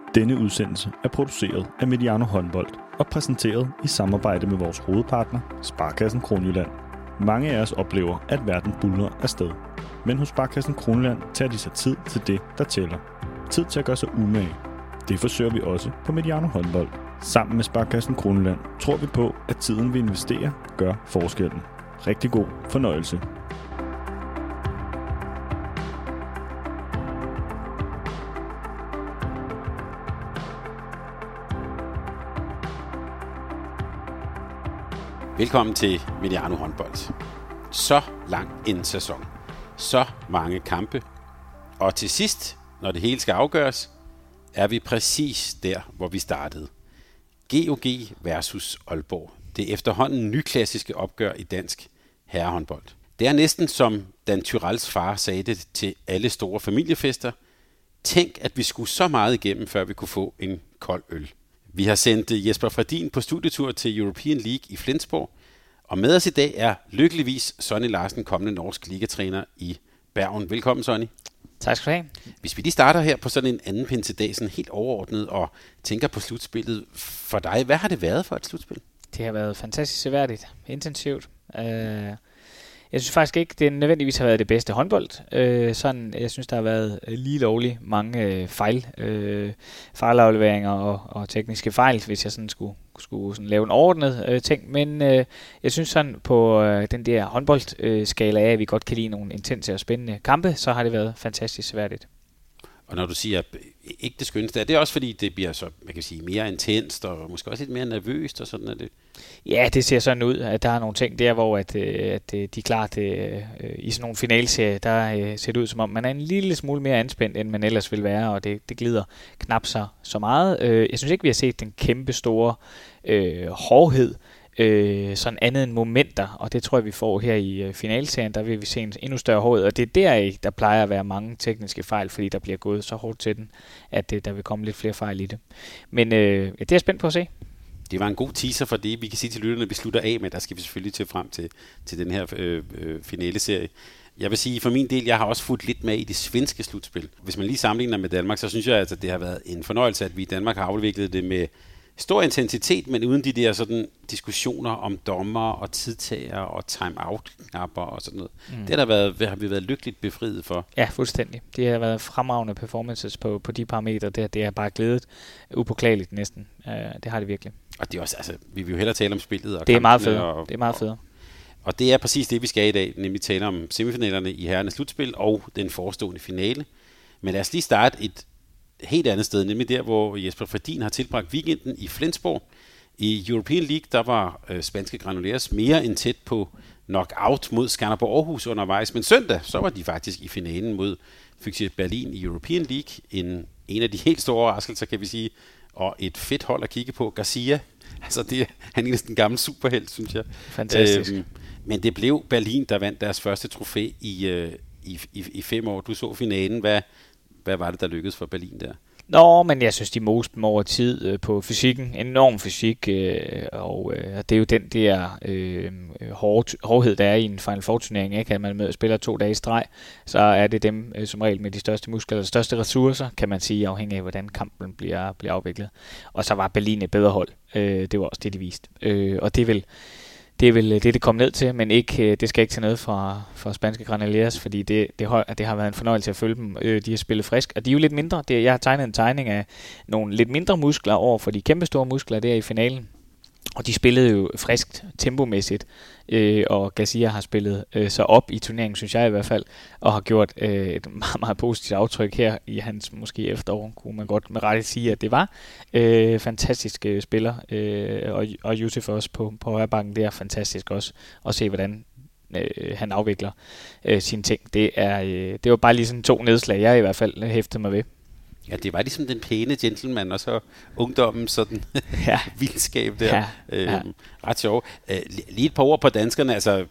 Denne udsendelse er produceret af Mediano Håndbold og præsenteret i samarbejde med vores hovedpartner, Sparekassen Kronjylland. Mange af os oplever, at verden buldrer afsted. Men hos Sparekassen Kronjylland tager de sig tid til det, der tæller. Tid til at gøre sig umage. Det forsøger vi også på Mediano Håndbold. Sammen med Sparekassen Kronjylland tror vi på, at tiden vi investerer gør forskellen. Rigtig god fornøjelse. Velkommen til Mediano Håndbold. Så lang en sæson. Så mange kampe. Og til sidst, når det hele skal afgøres, er vi præcis der, hvor vi startede. GOG versus Aalborg. Det efterhånden nyklassiske opgør i dansk herrehåndbold. Det er næsten som Dan Tyrells far sagde det til alle store familiefester. Tænk, at vi skulle så meget igennem, før vi kunne få en kold øl. Vi har sendt Jesper Fredin på studietur til European League i Flensborg, og med os i dag er lykkeligvis Sonny Larsen, kommende norsk ligatræner i Bergen. Velkommen, Sonny. Tak skal du have. Hvis vi lige starter her på sådan en anden pinsedag, sådan helt overordnet, og tænker på slutspillet for dig, hvad har det været for et slutspil? Det har været fantastisk seværdigt, intensivt. Jeg synes faktisk ikke, det nødvendigvis har været det bedste håndbold. Jeg synes, der har været lige lovligt mange fejlafleveringer og tekniske fejl, hvis jeg sådan skulle sådan lave en overordnet ting. Men jeg synes sådan på den der håndboldskala af, at vi godt kan lide nogle intense og spændende kampe, så har det været fantastisk seværdigt. Og når du siger ikke det skønneste, er det også fordi, det bliver så, man kan sige, mere intenst og måske også lidt mere nervøst og sådan er det? Ja, det ser sådan ud, at der er nogle ting der, hvor at de er klart i sådan nogle finalserier, der ser det ud som om, man er en lille smule mere anspændt, end man ellers vil være, og det glider knap så meget. Jeg synes ikke, vi har set den kæmpe store hårdhed, sådan andet end momenter, og det tror jeg, vi får her i finalserien, der vil vi se en endnu større hårdhed, og det er der plejer at være mange tekniske fejl, fordi der bliver gået så hårdt til den, at der vil komme lidt flere fejl i det. Men det er jeg spændt på at se. Det var en god teaser for det. Vi kan sige til lytterne, at vi slutter af med, der skal vi selvfølgelig til frem til den her finaleserie. Jeg vil sige, for min del, jeg har også fulgt lidt med i det svenske slutspil. Hvis man lige sammenligner med Danmark, så synes jeg, at det har været en fornøjelse, at vi i Danmark har afviklet det med stor intensitet, men uden de der sådan diskussioner om dommer og tidtager og time-out-knapper og sådan noget. Det har vi været lykkeligt befriet for. Ja, fuldstændig. Det har været fremragende performances på de parametre. Det har bare glædet upåklageligt næsten. Det har det virkelig. Og det er også, altså, vi vil jo hellere tale om spillet og det er meget federe. Det er meget federe. Og det er præcis det, vi skal i dag, nemlig tale om semifinalerne i herrenes slutspil og den forestående finale. Men lad os lige starte et helt andet sted, nemlig der, hvor Jesper Fredin har tilbragt weekenden i Flensborg. I European League, der var spanske Granollers mere end tæt på knockout mod Skanderborg Aarhus undervejs, men søndag, så var de faktisk i finalen mod Füchse Berlin i European League. En af de helt store overraskelser, kan vi sige, og et fedt hold at kigge på. Garcia, altså han er næsten en gammel superhelt, synes jeg. Fantastisk. Men det blev Berlin, der vandt deres første trofæ i 5 år. Du så finalen. Hvad var det, der lykkedes for Berlin der? Men jeg synes, de moste dem over tid på fysikken. Enorm fysik, og det er jo den der hårdhed, der er i en Final Four-turnering, ikke? At man spiller 2 dage i streg, så er det dem som regel med de største muskler, de største ressourcer, kan man sige, afhængig af, hvordan kampen bliver afviklet. Og så var Berlin et bedre hold. Det var også det, de viste. Og det er vel det kom ned til, men ikke, det skal ikke til noget for spanske Granollers, fordi det har været en fornøjelse at følge dem. De har spillet frisk, og de er jo lidt mindre. Jeg har tegnet en tegning af nogle lidt mindre muskler over for de kæmpe store muskler der i finalen. Og de spillede jo friskt, tempomæssigt, og Garcia har spillet sig op i turneringen, synes jeg i hvert fald, og har gjort et meget, meget positivt aftryk her i hans måske efterår, kunne man godt med rette sige, at det var. Fantastisk spiller, og Josef også på højrebakken, det er fantastisk også at se, hvordan han afvikler sine ting. Det var bare lige sådan 2 nedslag, jeg i hvert fald hæftede mig ved. Ja, det var ligesom den pæne gentleman, og så ungdommen sådan vildskab der. Ja. Ret sjov. Lige et par ord på danskerne, altså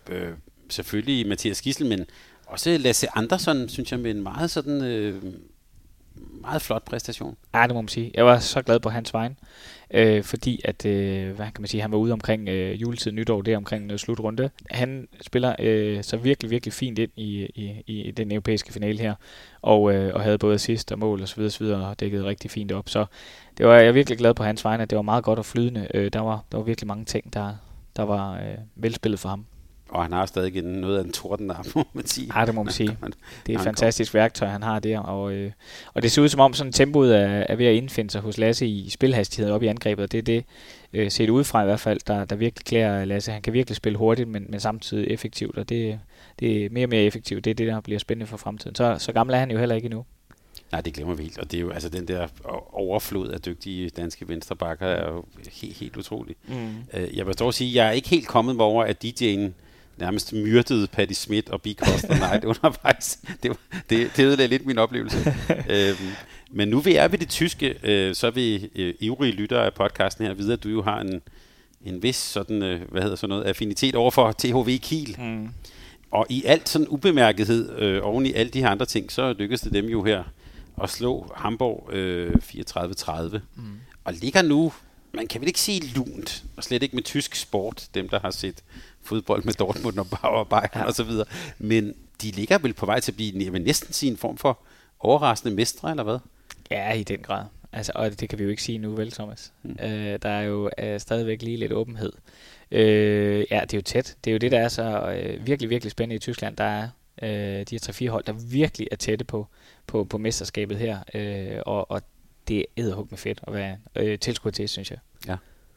selvfølgelig Mathias Gissel, men også Lasse Andersson, synes jeg, med en meget sådan meget flot præstation. Ja, det må man sige. Jeg var så glad på hans vegne, fordi at, hvad kan man sige, han var ude omkring juletid, nytår, det omkring noget slutrunde. Han spiller så virkelig, virkelig fint ind i den europæiske finale her, og havde både assist og mål og så videre, og dækkede rigtig fint op. Så det var jeg virkelig glad på hans vegne, at det var meget godt og flydende. Der var virkelig mange ting, der var velspillet for ham. Og han har stadig noget af en tordenarm, må man sige. Ja, det må man sige. Det er et fantastisk værktøj, han har der. Og det ser ud som om, sådan tempoet er ved at indfinde sig hos Lasse i spilhastighed op i angrebet. Og det er det, set udefra i hvert fald, der virkelig klæder Lasse. Han kan virkelig spille hurtigt, men samtidig effektivt. Og det er mere og mere effektivt. Det er det, der bliver spændende for fremtiden. Så gammel er han jo heller ikke endnu. Nej, det glemmer vi helt. Og det er jo altså den der overflod af dygtige danske venstrebacker er jo helt utrolig. Jeg vil dog sige, at jeg er ikke helt kommet mig over, at DJ'en nærmest myrdede Patti Smith og Costa Knight undervejs. Det ødelagde lidt min oplevelse. Men nu vi er ved det tyske, så vil ivrige lyttere af podcasten her vide, at du jo har en vis sådan, affinitet over for THW Kiel. Og i alt sådan ubemærkethed oven i alle de her andre ting, så lykkedes det dem jo her at slå Hamburg 34-30. Og ligger nu, man kan vel ikke sige lunt, og slet ikke med tysk sport, dem der har set fodbold med Dortmund og Bayern og så videre. Men de ligger vel på vej til at blive næsten sin form for overraskende mestre, eller hvad? Ja, i den grad. Altså, og det kan vi jo ikke sige nu, vel, Thomas? Der er jo stadigvæk lige lidt åbenhed. Ja, det er jo tæt. Det er jo det, der er så virkelig, virkelig spændende i Tyskland. Der er de her 3-4 hold, der virkelig er tætte på mesterskabet her. Og det er edderhug med fedt at være tilskuer til, synes jeg. Ja.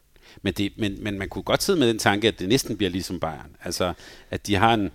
Men man kunne godt sidde med den tanke, at det næsten bliver ligesom Bayern. Altså, at de har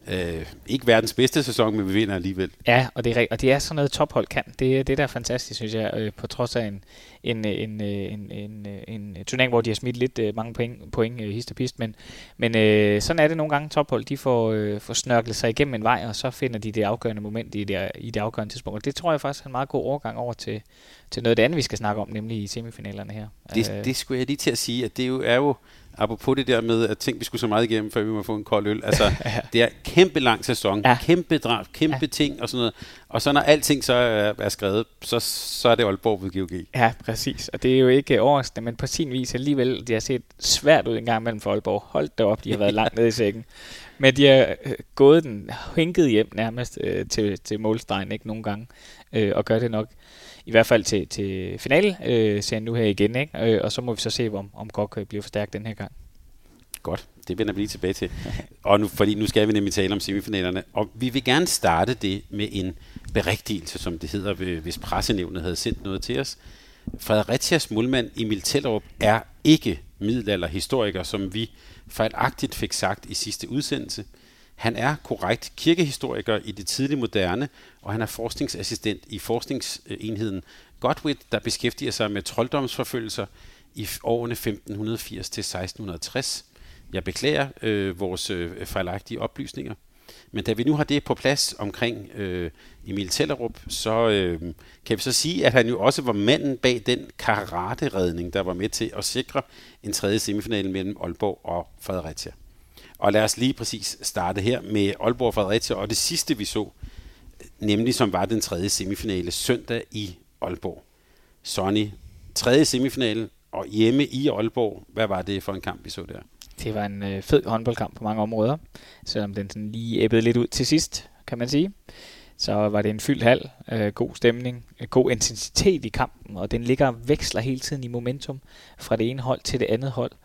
ikke verdens bedste sæson, men vi vinder alligevel. Ja, og det er sådan noget tophold kan. Det der er fantastisk, synes jeg, på trods af en turnering, hvor de har smidt lidt mange point hist og pist, men sådan er det nogle gange tophold. De får snørklet sig igennem en vej, og så finder de det afgørende moment i det afgørende tidspunkt. Og det tror jeg faktisk er en meget god overgang over til noget af det andet, vi skal snakke om, nemlig i semifinalerne her. Det skulle jeg lige til at sige, at det er jo apropos det der med, at tænk, vi skulle så meget igennem, før vi må få en kold øl. Altså, det er kæmpe lang sæson, kæmpe drab, kæmpe ting og sådan noget. Og så når alting så er skrevet, så er det Aalborg ved GOG. Ja, præcis. Og det er jo ikke overraskende, men på sin vis alligevel, det har set svært ud en gang mellem for Aalborg. Hold da op, de har været langt nede i sækken. Men de har gået den, hænket hjem nærmest til målstregen, ikke nogle gange, og gør det nok. I hvert fald til finale-serien nu her igen, ikke? Og så må vi så se, om GOG bliver forstærket den her gang. Godt, det vender vi lige tilbage til. Og fordi nu skal vi nemlig tale om semifinalerne. Og vi vil gerne starte det med en berigtigelse, som det hedder, hvis pressenævnet havde sendt noget til os. Fredericias målmand Emil Tellerup er ikke middelalderhistoriker, som vi fejlagtigt fik sagt i sidste udsendelse. Han er korrekt kirkehistoriker i det tidlige moderne, og han er forskningsassistent i forskningsenheden Godwit, der beskæftiger sig med trolddomsforfølgelser i årene 1580 til 1660. Jeg beklager vores fejlagtige oplysninger, men da vi nu har det på plads omkring Emil Tellerup, så kan vi så sige, at han jo også var manden bag den karate-redning, der var med til at sikre en tredje semifinale mellem Aalborg og Fredericia. Og lad os lige præcis starte her med Aalborg og Fredericia, og det sidste vi så, nemlig som var den tredje semifinale søndag i Aalborg. Sonny, tredje semifinale og hjemme i Aalborg. Hvad var det for en kamp, vi så der? Det var en fed håndboldkamp på mange områder, selvom den sådan lige æbbede lidt ud til sidst, kan man sige. Så var det en fyldt hal, god stemning, god intensitet i kampen, og den ligger og veksler hele tiden i momentum fra det ene hold til det andet hold.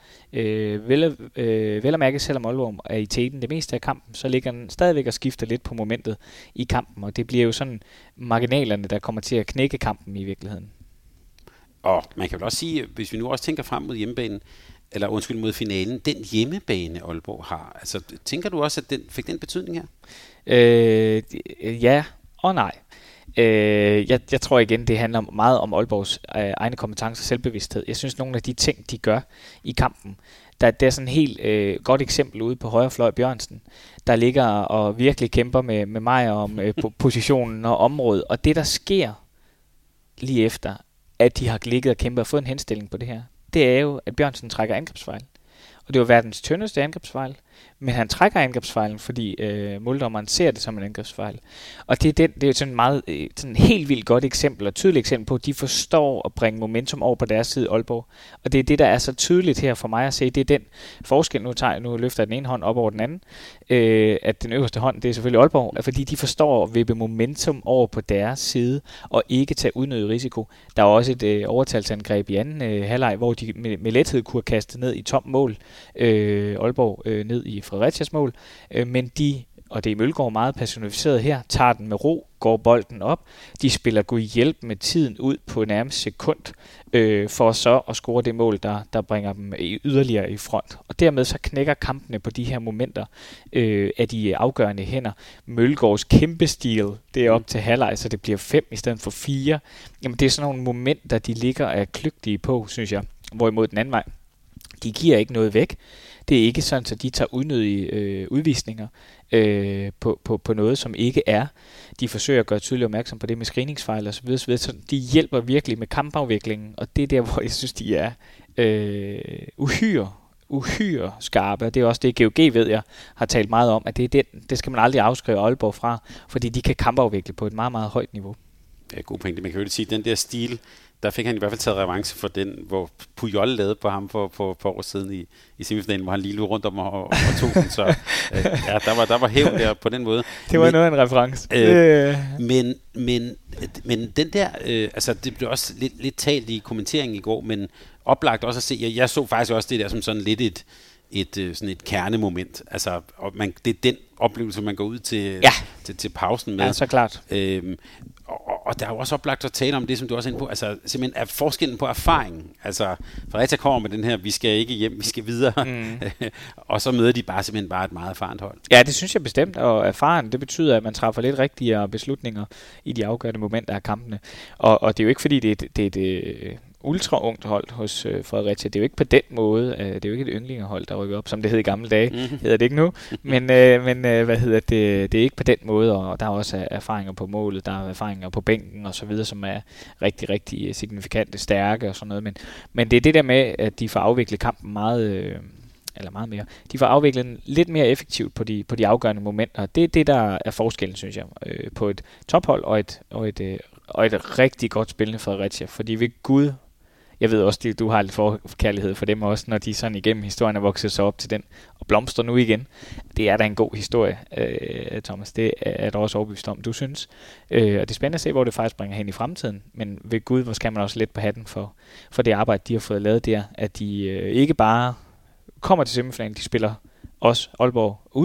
Vel at mærke, selvom Aalborg er i teten det meste af kampen, så ligger den stadigvæk og skifter lidt på momentet i kampen, og det bliver jo sådan marginalerne, der kommer til at knække kampen i virkeligheden. Og man kan vel også sige, hvis vi nu også tænker frem mod hjemmebanen, eller mod finalen, den hjemmebane Aalborg har, altså tænker du også, at den fik den betydning her? Ja og nej. Jeg tror igen, det handler meget om Aalborgs egne kompetencer og selvbevidsthed. Jeg synes, nogle af de ting, de gør i kampen, der er sådan et helt godt eksempel ude på højre fløj Bjørnsen, der ligger og virkelig kæmper med mig om positionen og området. Og det, der sker lige efter, at de har ligget og kæmpet og fået en henstilling på det her, det er jo, at Bjørnsen trækker angrebsfejl. Og det var verdens tyndeste angrebsfejl. men han trækker angrebsfejlen, fordi måldommeren ser det som en angrebsfejl. Og det er jo sådan meget sådan helt vildt godt eksempel, og tydeligt eksempel på, at de forstår at bringe momentum over på deres side, Aalborg. Og det er det, der er så tydeligt her for mig at se. Det er den forskel, nu løfter jeg den ene hånd op over den anden, at den øverste hånd, det er selvfølgelig Aalborg, fordi de forstår at vippe momentum over på deres side, og ikke tage unødig risiko. Der er også et overtalsangreb i anden halvleg, hvor de med lethed kunne kaste ned i tom mål, Aalborg ned i Fredericias mål, men og det er Mølgaard meget personificeret her, tager den med ro, går bolden op, de spiller god hjælp med tiden ud på nærmest sekund, for så at score det mål, der bringer dem yderligere i front. Og dermed så knækker kampene på de her momenter af de afgørende hænder. Mølgaards kæmpe stil, det er op til halvleg, så det bliver 5 i stedet for 4. Jamen det er sådan nogle momenter, de ligger er kløgtige på, synes jeg. Hvorimod den anden vej, de giver ikke noget væk. Det er ikke sådan, at de tager unødige udvisninger på noget, som ikke er. De forsøger at gøre tydeligt opmærksom på det med screeningsfejl og så videre. Så de hjælper virkelig med kampafviklingen, og det er der, hvor jeg synes, de er uhyre skarpe. Det er også det, GOG ved jeg har talt meget om, at det skal man aldrig afskrive Aalborg fra, fordi de kan kampafvikle på et meget, meget højt niveau. Det er god pointe. Man kan jo sige, den der stil, der fik han i hvert fald taget revanche for den, hvor Puyol lavede på ham for år siden i semifinalen, hvor han lige løb rundt om og tog den. Så der var hævn der på den måde. Det var noget af en reference. Men den der, altså det blev også lidt talt i kommenteringen i går, men oplagt også at se, jeg så faktisk også det der som sådan lidt sådan et kernemoment. Altså, det er den oplevelse, man går ud til pausen med. Ja, så klart. Og der er jo også oplagt at tale om det, som du også er inde på, altså simpelthen er forskellen på erfaringen. Altså, Fredericia kommer med den her, vi skal ikke hjem, vi skal videre, og så møder de simpelthen bare et meget erfarent hold. Ja, det synes jeg bestemt, og erfaren, det betyder, at man træffer lidt rigtigere beslutninger i de afgørende momenter af kampene. Og det er jo ikke fordi, det er et ultra ungt hold hos Fredericia. Det er jo ikke på den måde, det er jo ikke et yndlingehold, der rykker op, som det hed i gamle dage. Hedder det ikke nu. Men det er ikke på den måde, og der er også erfaringer på målet, der er erfaringer på bænken og så videre, som er rigtig, rigtig signifikante, stærke og sådan noget. Men det er det der med, at de får afviklet kampen meget mere. De får afviklet lidt mere effektivt på de afgørende momenter. Det er det, der er forskellen, synes jeg, på et tophold og et rigtig godt spillende Fredericia. Fordi ved Gud, jeg ved også, at du har lidt forkærlighed for dem også, når de sådan igennem historien er vokset sig op til den, og blomstrer nu igen. Det er da en god historie, Thomas. Det er der også overbevist om, du synes. Og det er spændende at se, hvor det faktisk bringer hen i fremtiden. Men ved Gud, hvor skal man også lidt på hatten for det arbejde, de har fået lavet der. At de ikke bare kommer til semifinalen, de spiller også Aalborg ud,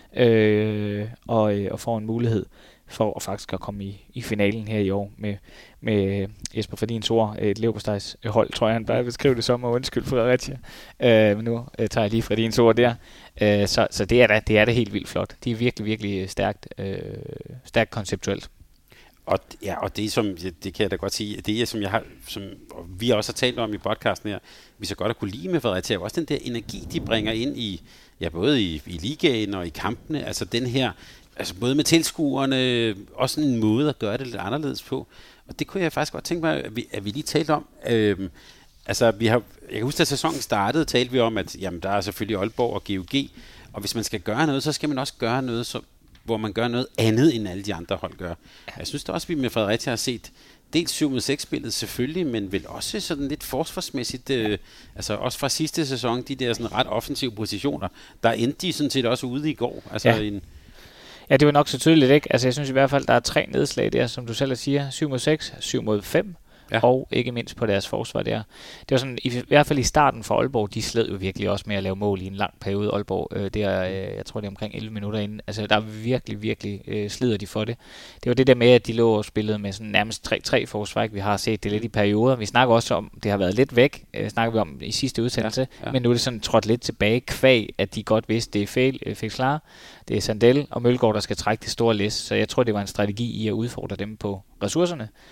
og får en mulighed for at faktisk at komme i finalen her i år med Jesper Fredins ord, et leverpostejs hold, tror jeg, han bare beskrive det som, og undskyld Fredericia. Men nu tager jeg lige Fredins ord der. Så det er da helt vildt flot. De er virkelig, virkelig stærkt konceptuelt. Og det som det kan jeg da godt sige, det er som vi også har talt om i podcasten her, vi så godt at kunne lide med Fredericia, også den der energi de bringer ind i både i ligaen og i kampene, altså den her, altså både med tilskuerne, også en måde at gøre det lidt anderledes på. Og det kunne jeg faktisk godt tænke mig, at vi lige talte om. Altså jeg kan huske, at sæsonen startede, talte vi om, at jamen, der er selvfølgelig Aalborg og GOG, og hvis man skal gøre noget, så skal man også gøre noget, hvor man gør noget andet, end alle de andre hold gør. Jeg synes da også, at vi med Fredericia har set dels 7-6-spillet selvfølgelig, men vel også sådan lidt forsvarsmæssigt, altså også fra sidste sæson, de der sådan ret offensive positioner, der endte de sådan set også ude i går. Altså Ja, det var nok så tydeligt, ikke? Altså jeg synes i hvert fald, der er 3 nedslag der, som du selv siger, 7-6, 7-5, og ikke mindst på deres forsvar der. Det var sådan, i hvert fald i starten for Aalborg, de sled jo virkelig også med at lave mål i en lang periode. Aalborg, jeg tror det er omkring 11 minutter inden. Altså der virkelig, virkelig slider de for det. Det var det der med, at de lå og spillede med sådan nærmest 3-3 forsvar. Vi har set det lidt i perioder. Vi snakker også om, det har været lidt væk, snakker vi om i sidste udsendelse, men nu er det sådan trådt lidt tilbage kvæg, at de godt vidste, det er Fexlar, det er Sandel og Mølgaard, der skal trække det store læs. Så jeg tror, det var en strategi i at udfordre dem på ressourcerne.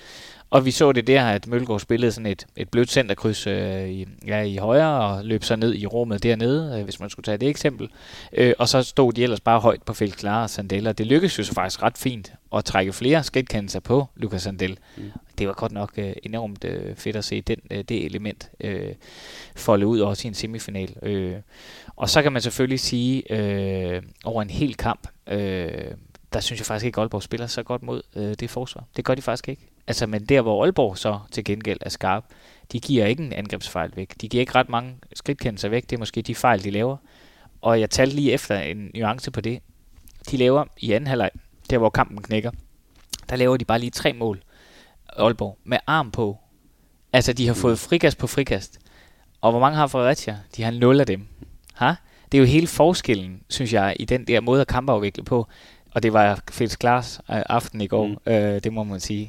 Og vi så det der, at Mølgaard spillede sådan et blødt centerkryds i højre, og løb så ned i rummet dernede, hvis man skulle tage det eksempel. Og så stod de ellers bare højt på Felix Klar og Sandell, og det lykkedes jo så faktisk ret fint at trække flere skridtkendelser på Lucas Sandell. Det var godt nok enormt fedt at se det element folde ud også i en semifinal. Og så kan man selvfølgelig sige, over en hel kamp, der synes jeg faktisk ikke, at Aalborg spiller så godt mod det forsvar. Det gør de faktisk ikke. Altså, men der, hvor Aalborg så til gengæld er skarp, de giver ikke en angrebsfejl væk. De giver ikke ret mange skridtkendelser væk. Det er måske de fejl, de laver. Og jeg talte lige efter en nuance på det. De laver i anden halvleg, der hvor kampen knækker, der laver de bare lige 3 mål, Aalborg, med arm på. Altså, de har fået frikast på frikast. Og hvor mange har Fredericia? De har 0 af dem. Det er jo hele forskellen, synes jeg, i den der måde at kampafvikle på. Og det var Felix Klars aften i går, det må man sige,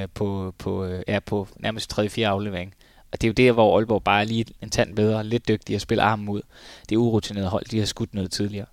på nærmest 3-4 aflevering. Og det er jo der, hvor Aalborg bare er lige en tand bedre, lidt dygtig at spille armen ud. Det er urutineret hold, de har skudt noget tidligere,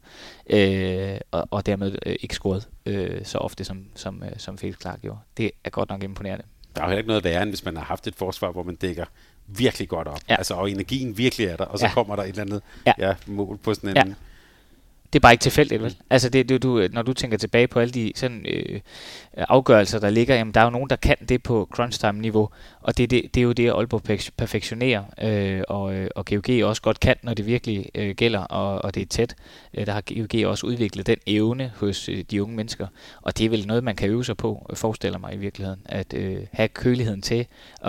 og dermed ikke scoret så ofte, som Felix Klar gjorde. Det er godt nok imponerende. Der er jo ikke noget værre, end hvis man har haft et forsvar, hvor man dækker virkelig godt op. Ja. Altså, og energien virkelig er der, og så kommer der et eller andet mål på sådan en... Ja. Det er bare ikke tilfældigt, vel? Altså, når du tænker tilbage på alle de sådan, afgørelser, der ligger, jamen, der er jo nogen, der kan det på crunch-time-niveau, og det er jo det, Aalborg perfektionerer, og GOG også godt kan, når det virkelig gælder, og det er tæt. Der har GOG også udviklet den evne hos de unge mennesker, og det er vel noget, man kan øve sig på, forestiller mig i virkeligheden, at have køligheden til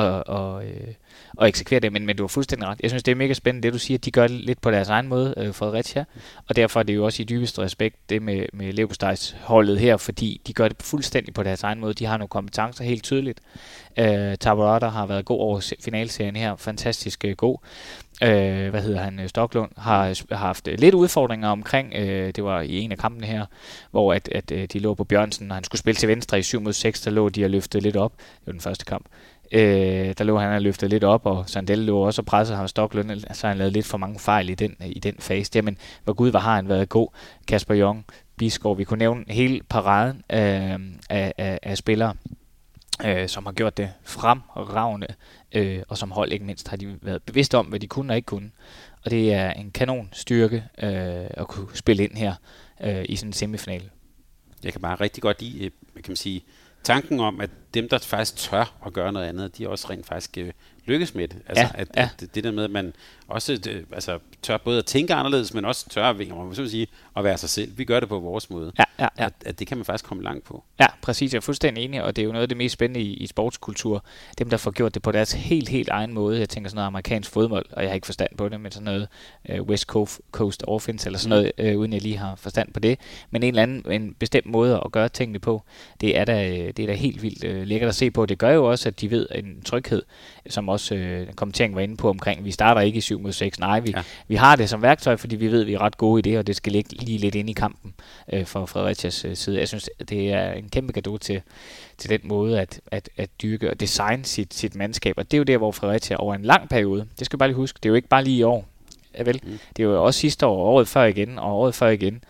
at eksekvere det, men du har fuldstændig ret. Jeg synes, det er mega spændende, det du siger, de gør det lidt på deres egen måde, Fredericia, og derfor er det jo også i dybeste respekt, det med Leverpostejs holdet her, fordi de gør det fuldstændig på deres egen måde. De har nogle kompetencer helt tydeligt. Tabarata har været god over finalserien her, fantastisk god. Stocklund har haft lidt udfordringer omkring, det var i en af kampene her, hvor at de lå på Bjørnsen, og han skulle spille til venstre i 7-6, der lå de og løftede lidt op. Det var den første kamp. Der lå han og løftede lidt op, og Sandell lå også og pressede ham Stocklund, så han lavede lidt for mange fejl i den fase. Jamen, hvor Gud har han været god. Kasper Jong, Bisgaard, vi kunne nævne hele paraden af spillere, som har gjort det fremragende, og som hold ikke mindst har de været bevidste om, hvad de kunne og ikke kunne. Og det er en kanon styrke at kunne spille ind her i sådan en semifinale. Jeg kan bare rigtig godt lide, kan man sige, tanken om, at dem, der faktisk tør at gøre noget andet, de også rent faktisk lykkes med det. Altså, at det der med, at man også tør både at tænke anderledes, men også tør at være sig selv. Vi gør det på vores måde. At det kan man faktisk komme langt på. Ja, præcis. Jeg er fuldstændig enig, og det er jo noget af det mest spændende i sportskultur. Dem, der får gjort det på deres helt egen måde. Jeg tænker sådan noget amerikansk fodbold, og jeg har ikke forstand på det, men sådan noget West Coast offense, eller sådan noget, uden jeg lige har forstand på det. Men en bestemt måde at gøre tingene på, det er da helt vildt lækkert at se på. Det gør jo også, at de ved en tryghed, som også kommenteringen var inde på omkring, vi starter ikke i 7-6. Nej, vi har det som værktøj, fordi vi ved, at vi er ret gode i det, og det skal ligge lige lidt ind i kampen fra Fredericias side. Jeg synes, det er en kæmpe gave til den måde at dyrke og designe sit mandskab. Og det er jo der, hvor Fredericia over en lang periode, det skal vi bare lige huske, det er jo ikke bare lige i år, vel? Det er jo også sidste år, året før igen,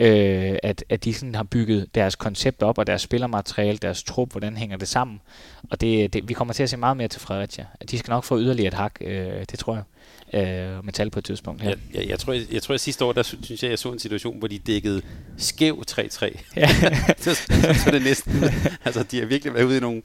at de sådan har bygget deres koncept op, og deres spillermateriale, deres trup, hvordan hænger det sammen. Og vi kommer til at se meget mere til Fredericia. De skal nok få yderligere et hak, det tror jeg, med tal på et tidspunkt her. Jeg tror, at sidste år, der synes jeg så en situation, hvor de dækkede skæv 3-3. Ja. så det næsten, altså de har virkelig været ude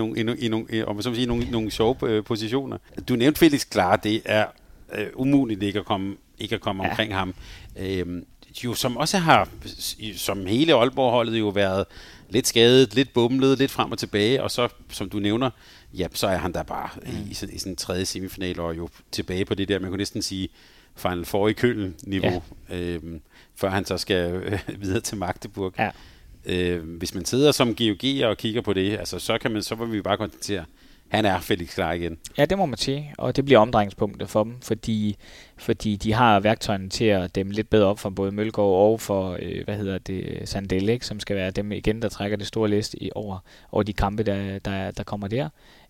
i nogle sjove positioner. Du nævnte Felix Klar, det er umuligt ikke at komme omkring ham. Jo, som også har, som hele Aalborg-holdet jo været lidt skadet, lidt bumlet, lidt frem og tilbage, og så, som du nævner, så er han der bare i sådan en tredje semifinal, og jo tilbage på det der, man kunne næsten sige, Final Four i Köln-niveau, før han så skal videre til Magdeburg. Ja. Hvis man sidder som GOG og kigger på det, altså, så vil vi bare konstatere, han er Felix Klar igen. Ja, det må man sige, og det bliver omdrejningspunktet for dem, fordi fordi de har værktøjerne til at dæmme lidt bedre op for både Mølgaard og for, Sandell, ikke? Som skal være dem igen, der trækker det store læst over de kampe, der kommer der.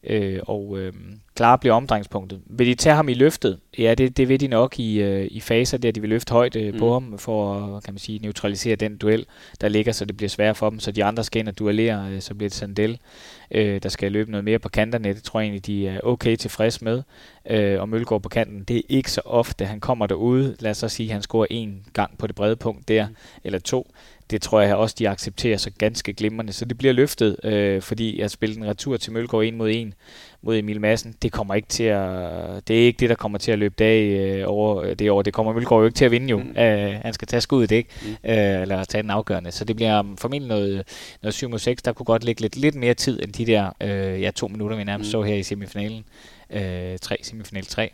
Klar bliver omdrejningspunktet. Vil de tage ham i løftet? Ja, det vil de nok i faser, der de vil løfte højt på ham, for at, kan man sige, neutralisere den duel, der ligger, så det bliver sværere for dem, så de andre skal ind og duellere, så bliver det Sandell, der skal løbe noget mere på kanterne. Det tror jeg egentlig, de er okay tilfreds med. Og Mølgaard på kanten, det er ikke så ofte, han kommer derude. Lad os så sige, at han scorer 1 gang på det brede punkt der, eller 2. Det tror jeg også, de accepterer så ganske glimrende. Så det bliver løftet, fordi jeg spillede en retur til Mølgaard 1-1 mod Emil Madsen. Det kommer ikke til det er ikke det, der kommer til at løbe dag over det år. Det kommer Mølgaard jo ikke til at vinde jo. Han skal tage skuddet, ikke? Eller tage den afgørende. Så det bliver formentlig noget 7-6. Der kunne godt ligge lidt mere tid end de der 2 minutter, vi nærmest så her i semifinalen. Semifinal 3.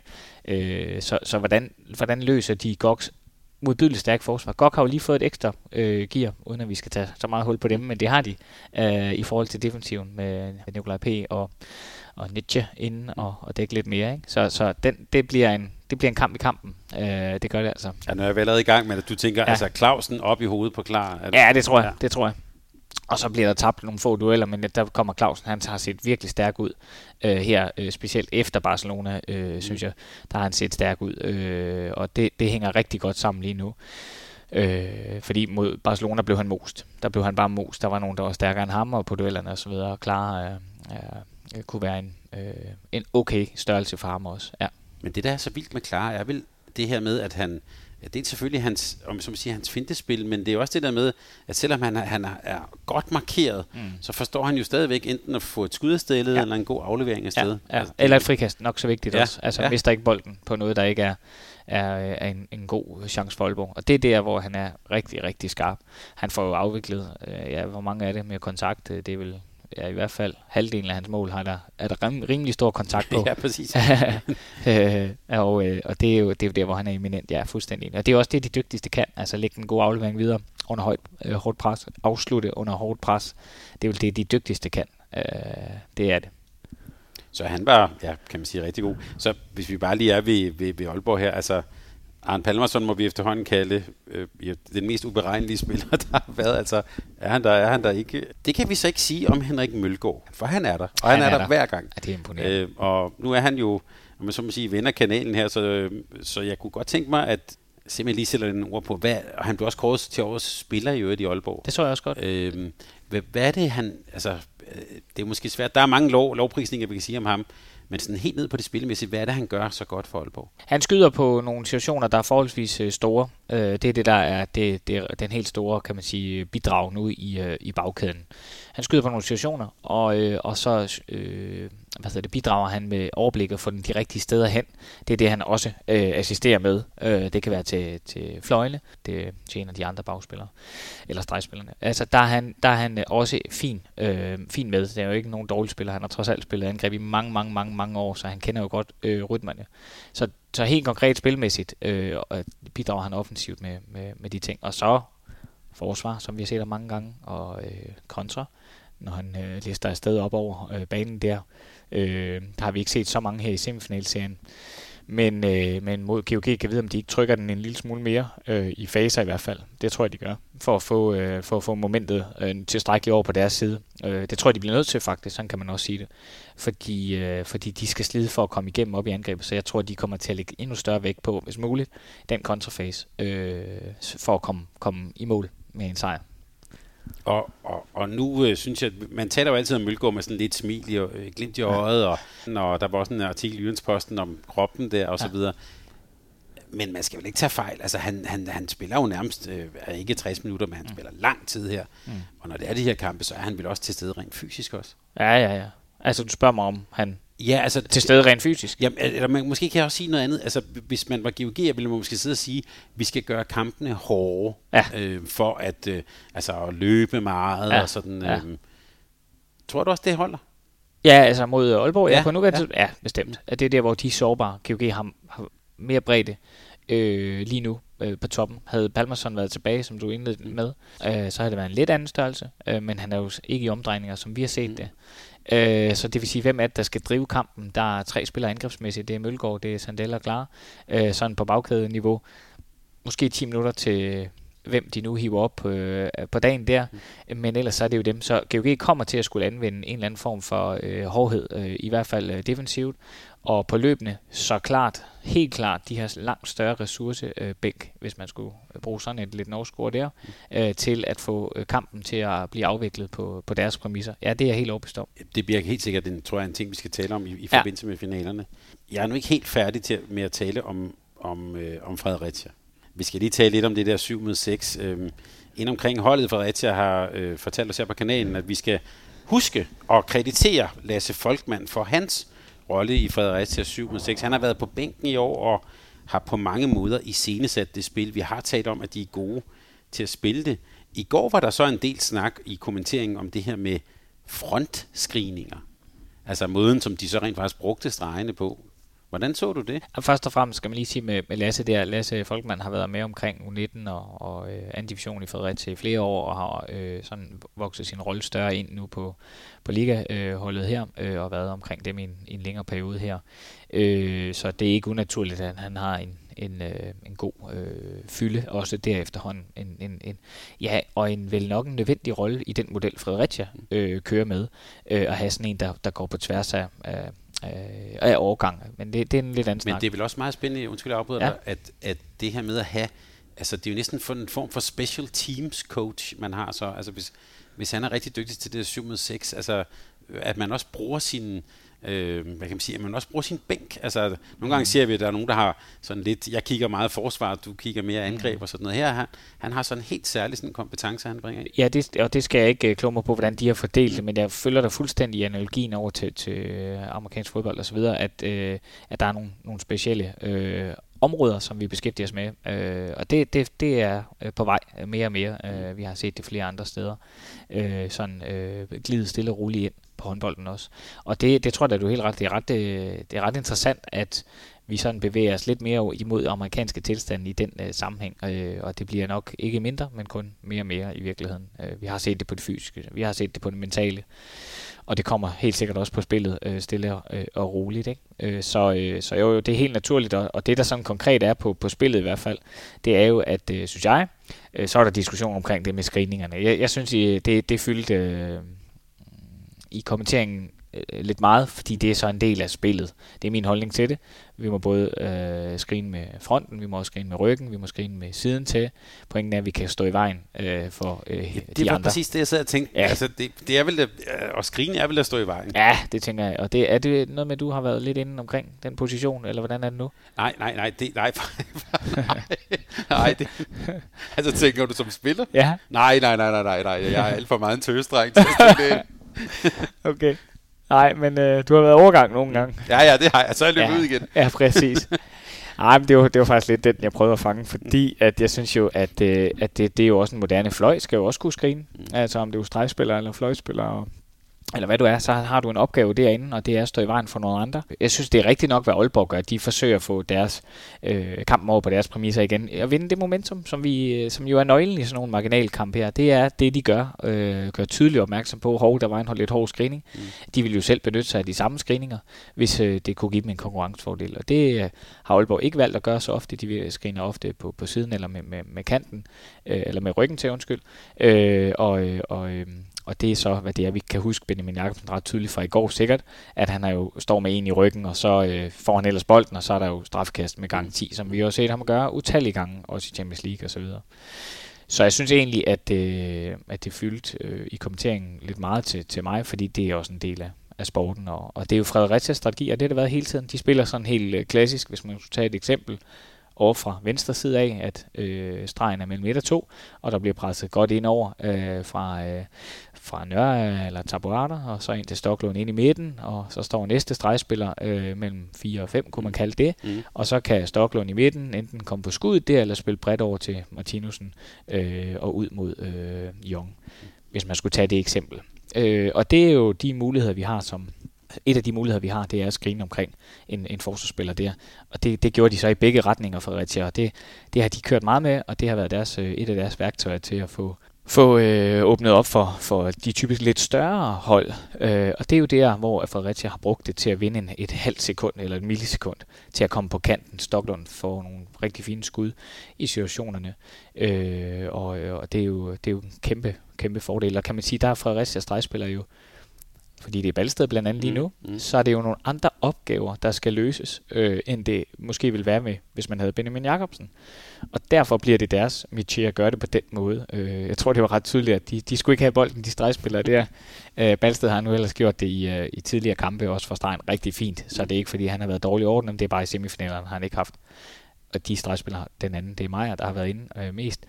Så hvordan løser de GOGs modbydeligt stærkt forsvar? GOG har jo lige fået et ekstra gear, uden at vi skal tage så meget hul på dem, men det har de i forhold til defensiven med Nikolaj P. og Nietzsche inden og dække lidt mere, ikke? Så det bliver en kamp i kampen. Det gør det altså. Ja, nu er jeg allerede i gang med det. Du tænker, altså Clausen op i hovedet på Klar? Ja, det tror jeg. Det tror jeg. Og så bliver der tabt nogle få dueller, men der kommer Clausen, han har set virkelig stærk ud her, specielt efter Barcelona, synes jeg, der har han set stærk ud, og det hænger rigtig godt sammen lige nu. Fordi mod Barcelona blev han most. Der blev han bare most. Der var nogen, der var stærkere end ham, og på duellerne og så videre, og Klar kunne være en okay størrelse for ham også. Ja. Men det, der er så vildt med Klar, er vel det her med, at han... Ja, det er selvfølgelig hans, hans fintespil, men det er også det der med, at selvom han er godt markeret, så forstår han jo stadigvæk enten at få et skud af sted, eller en god aflevering af sted. Ja. Altså, eller et frikast, nok så vigtigt også. Altså mister ikke bolden på noget, der ikke er en god chance for Aalborg. Og det er der, hvor han er rigtig, rigtig skarp. Han får jo afviklet, hvor mange er det med kontakt? Det er vel... Ja, i hvert fald halvdelen af hans mål er der rimelig stor kontakt på. Ja, præcis. og det er jo der, hvor han er eminent. Ja, fuldstændig. Og det er også det, de dygtigste kan. Altså lægge en god aflevering videre under hårdt pres. Afslutte under hårdt pres. Det er jo det, de dygtigste kan. Det er det. Så han var, kan man sige, rigtig god. Så hvis vi bare lige er ved Aalborg her, altså... Arne Palmerson må vi efterhånden kalde den mest uberegnelige spiller, der har været. Altså, er han der ikke? Det kan vi så ikke sige om Henrik Mølgaard, for han er der, og han er der hver gang. Ja, det er imponerende. Og nu er han jo, om man så må sige, ven af kanalen her, så jeg kunne godt tænke mig, at simpelthen lige sætter den ord på, og han blev også kåret til årets spiller i øvrigt i Aalborg. Det så jeg også godt. Hvad er det, han, altså, det er måske svært, der er mange lovprisninger, vi kan sige om ham, men sådan helt ned på det spillemæssige, hvad er det, han gør så godt for Aalborg? Han skyder på nogle situationer, der er forholdsvis store. Det er det, der er den helt store, kan man sige, bidrag nu i bagkæden. Han skyder på nogle situationer, og så bidrager han med overblikket for de rigtige steder hen. Det er det, han også assisterer med. Det kan være til fløjle, det er til en af de andre bagspillere, eller stregspillerne. Altså, der er han også fin med. Det er jo ikke nogen dårlig spiller. Han har trods alt spillet angreb i mange år, så han kender jo godt rytmerne. Så helt konkret spilmæssigt bidrager han offensivt med de ting. Og så forsvar, som vi har set der mange gange, og kontra, når han lister afsted op over banen der. Der har vi ikke set så mange her i semifinalserien. Men mod GOG kan vide, om de ikke trykker den en lille smule mere, i faser i hvert fald. Det tror jeg, de gør, for at få momentet tilstrækkeligt over på deres side. Det tror jeg, de bliver nødt til faktisk, sådan kan man også sige det. Fordi de skal slide for at komme igennem op i angrebet, så jeg tror, de kommer til at lægge endnu større vægt på, hvis muligt, den kontrafase, for at komme i mål med en sejr. Og nu synes jeg, man taler jo altid om Mølgaard med sådan lidt smil og glimt i øjet, og der var også en artikel i Jyllandsposten om kroppen der og så videre. Men man skal vel ikke tage fejl. Altså han spiller jo nærmest ikke 60 minutter, men han spiller lang tid her. Og når det er de her kampe, så er han vel også til stede rent fysisk også. Ja. Altså du spørger mig om han til stede rent fysisk. Jamen, eller måske kan jeg også sige noget andet. Altså hvis man var GOG, ville man måske sidde og sige, vi skal gøre kampene hårde, for at at løbe meget og sådan. Tror du også, det holder? Ja, altså mod Aalborg, ja, bestemt. At det er der, hvor de er sårbare. GOG har mere bredde lige nu på toppen. Havde Palmerson været tilbage, som du indledte med, så havde det været en lidt anden størrelse, men han er jo ikke i omdrejninger, som vi har set det. Så det vil sige, hvem er det, der skal drive kampen? Der er 3 spillere angrebsmæssigt. Det er Mølgaard, det er Sandell og Klar. Sådan på bagkædeniveau. Måske 10 minutter til hvem de nu hiver op på dagen der. Men ellers så er det jo dem. Så GOG kommer til at skulle anvende en eller anden form for hårdhed, i hvert fald defensivt. Og på løbende, så klart, helt klart, de har langt større ressourcebænk, hvis man skulle bruge sådan et lidt norsk ord der, til at få kampen til at blive afviklet på deres præmisser. Ja, det er jeg helt overbevist om. Det bliver helt sikkert, tror jeg, en ting, vi skal tale om i forbindelse med finalerne. Jeg er nu ikke helt færdig med at tale om Fredericia. Vi skal lige tale lidt om det der 7-6. Inden omkring holdet Fredericia har fortalt os her på kanalen, at vi skal huske at kreditere Lasse Folkmann for hans rolle i Fredericia 7-6. Han har været på bænken i år og har på mange måder iscenesat det spil. Vi har talt om, at de er gode til at spille det. I går var der så en del snak i kommenteringen om det her med frontscreeninger. Altså måden, som de så rent faktisk brugte stregene på. Hvordan så du det? Først og fremmest skal man lige sige med Lasse der. Lasse Folkmann har været med omkring U19 og anden division i Fredericia i flere år, og har sådan vokset sin rolle større ind nu på ligaholdet her, og været omkring dem i en længere periode her. Så det er ikke unaturligt, at han har en god fylde, også der efterhånden. Og en vel nok en nødvendig rolle i den model, Fredericia kører med, at have sådan en, der går på tværs af overgang. Men det er en lidt anden snak. Men det er vel også meget spændende, undskyld, jeg afbryder dig, at det her med at have, altså det er jo næsten en form for special teams coach, man har så, altså hvis han er rigtig dygtig til det 7-6, altså at man også bruger sin hvad kan man sige, at man også bruger sin bænk. Altså nogle gange siger vi, at der er nogen, der har sådan lidt, jeg kigger meget forsvar, du kigger mere angreb og sådan noget. Her han har sådan helt særlig sådan en kompetence, han bringer ind. Ja, det skal jeg ikke kloge mig på, hvordan de har fordelt det, men jeg følger der fuldstændig i analogien over til amerikansk fodbold og så videre, at der er nogle specielle områder, som vi beskæftiger os med, og det er på vej mere og mere. Vi har set det flere andre steder. Glide stille og roligt ind på håndbolden også. Og det tror jeg, du er helt ret. Det er ret interessant, at vi sådan bevæger os lidt mere imod amerikanske tilstande i den sammenhæng, og det bliver nok ikke mindre, men kun mere og mere i virkeligheden. Vi har set det på det fysiske, vi har set det på det mentale, og det kommer helt sikkert også på spillet stille og roligt. Ikke? Så jo, det er helt naturligt, og det der sådan konkret er på spillet i hvert fald, det er jo, at synes jeg, så er der diskussion omkring det med screeningerne. Jeg synes, det fyldte i kommenteringen lidt meget, fordi det er så en del af spillet. Det er min holdning til det. Vi må både screene med fronten, vi må også screene med ryggen, vi må screene med siden til. Pointen er, at vi kan stå i vejen for de andre. Det var præcis det, jeg sad og tænkte. Ja. Altså, det er vel at screene er vel at stå i vejen. Ja, det tænker jeg. Og er det noget med, at du har været lidt inde omkring den position, eller hvordan er det nu? Nej. Det. Altså, tænker du som spiller? Ja. Nej. Jeg er alt for meget en tøsdreng til at stille det. Okay. Nej, men du har været overgang nogle gange. Ja, det har jeg. Så er jeg løbet ud igen. Ja, præcis. Nej, men det var faktisk lidt den, jeg prøvede at fange, fordi at jeg synes jo, at det er jo også en moderne fløj, skal jo også kunne screene. Altså om det er jo stregspiller eller fløjspiller, eller hvad du er, så har du en opgave derinde, og det er at stå i vejen for nogle andre. Jeg synes, det er rigtigt nok, hvad Aalborg gør. De forsøger at få deres kampen over på deres præmisser igen, og vinde det momentum, som jo er nøglen i sådan nogle marginalkamp her. Det er det, de gør tydeligt opmærksom på. Der var en lidt hård screening. De vil jo selv benytte sig af de samme screeninger, hvis det kunne give dem en konkurrencefordel. Og det har Aalborg ikke valgt at gøre så ofte. De vil screene ofte på siden eller med kanten, eller med ryggen til, undskyld. Og det er så, hvad det er. Vi kan huske Benjamin Jakobsen ret tydeligt fra i går sikkert, at han jo står med en i ryggen, og så får han ellers bolden, og så er der jo straffekast med garanti, som vi har set ham gøre utallige gange, også i Champions League og så videre. Så jeg synes egentlig, at det fyldte i kommenteringen lidt meget til mig, fordi det er også en del af sporten, og det er jo Fredericias strategi, og det har det været hele tiden. De spiller sådan helt klassisk, hvis man skulle tage et eksempel, over fra venstre side af, at stregen er mellem 1 og 2, og der bliver presset godt ind over fra Nørre eller Tabuada, og så ind til Stoklund ind i midten, og så står næste stregspiller mellem 4 og 5, kunne man kalde det, og så kan Stoklund i midten enten komme på skuddet der, eller spille bredt over til Martinussen og ud mod Young, hvis man skulle tage det eksempel. Og det er jo de muligheder, vi har som et af de muligheder, vi har, det er at screene omkring en forsvarsspiller der. Og det gjorde de så i begge retninger for Fredericia, og det har de kørt meget med, og det har været et af deres værktøjer til at få få åbnet op for de typisk lidt større hold. Og det er jo der, hvor Fredericia har brugt det til at vinde et halvt sekund eller et millisekund til at komme på kanten. Stocklund får nogle rigtig fine skud i situationerne. Og det er jo en kæmpe fordel. Og kan man sige, der er Fredericia stregspiller jo, fordi det er Balsted blandt andet lige nu, så er det jo nogle andre opgaver, der skal løses, end det måske ville være med, hvis man havde Benjamin Jacobsen. Og derfor bliver det deres métier at gøre det på den måde. Jeg tror, det var ret tydeligt, at de skulle ikke have bolden, de stregspillere der. Balsted har nu ellers gjort det i tidligere kampe, også for stregen rigtig fint. Så det er ikke, fordi han har været dårlig i orden, men det er bare i semifinalerne, har han ikke haft. Og de stregspillere, den anden, det er Meyer, der har været inde mest,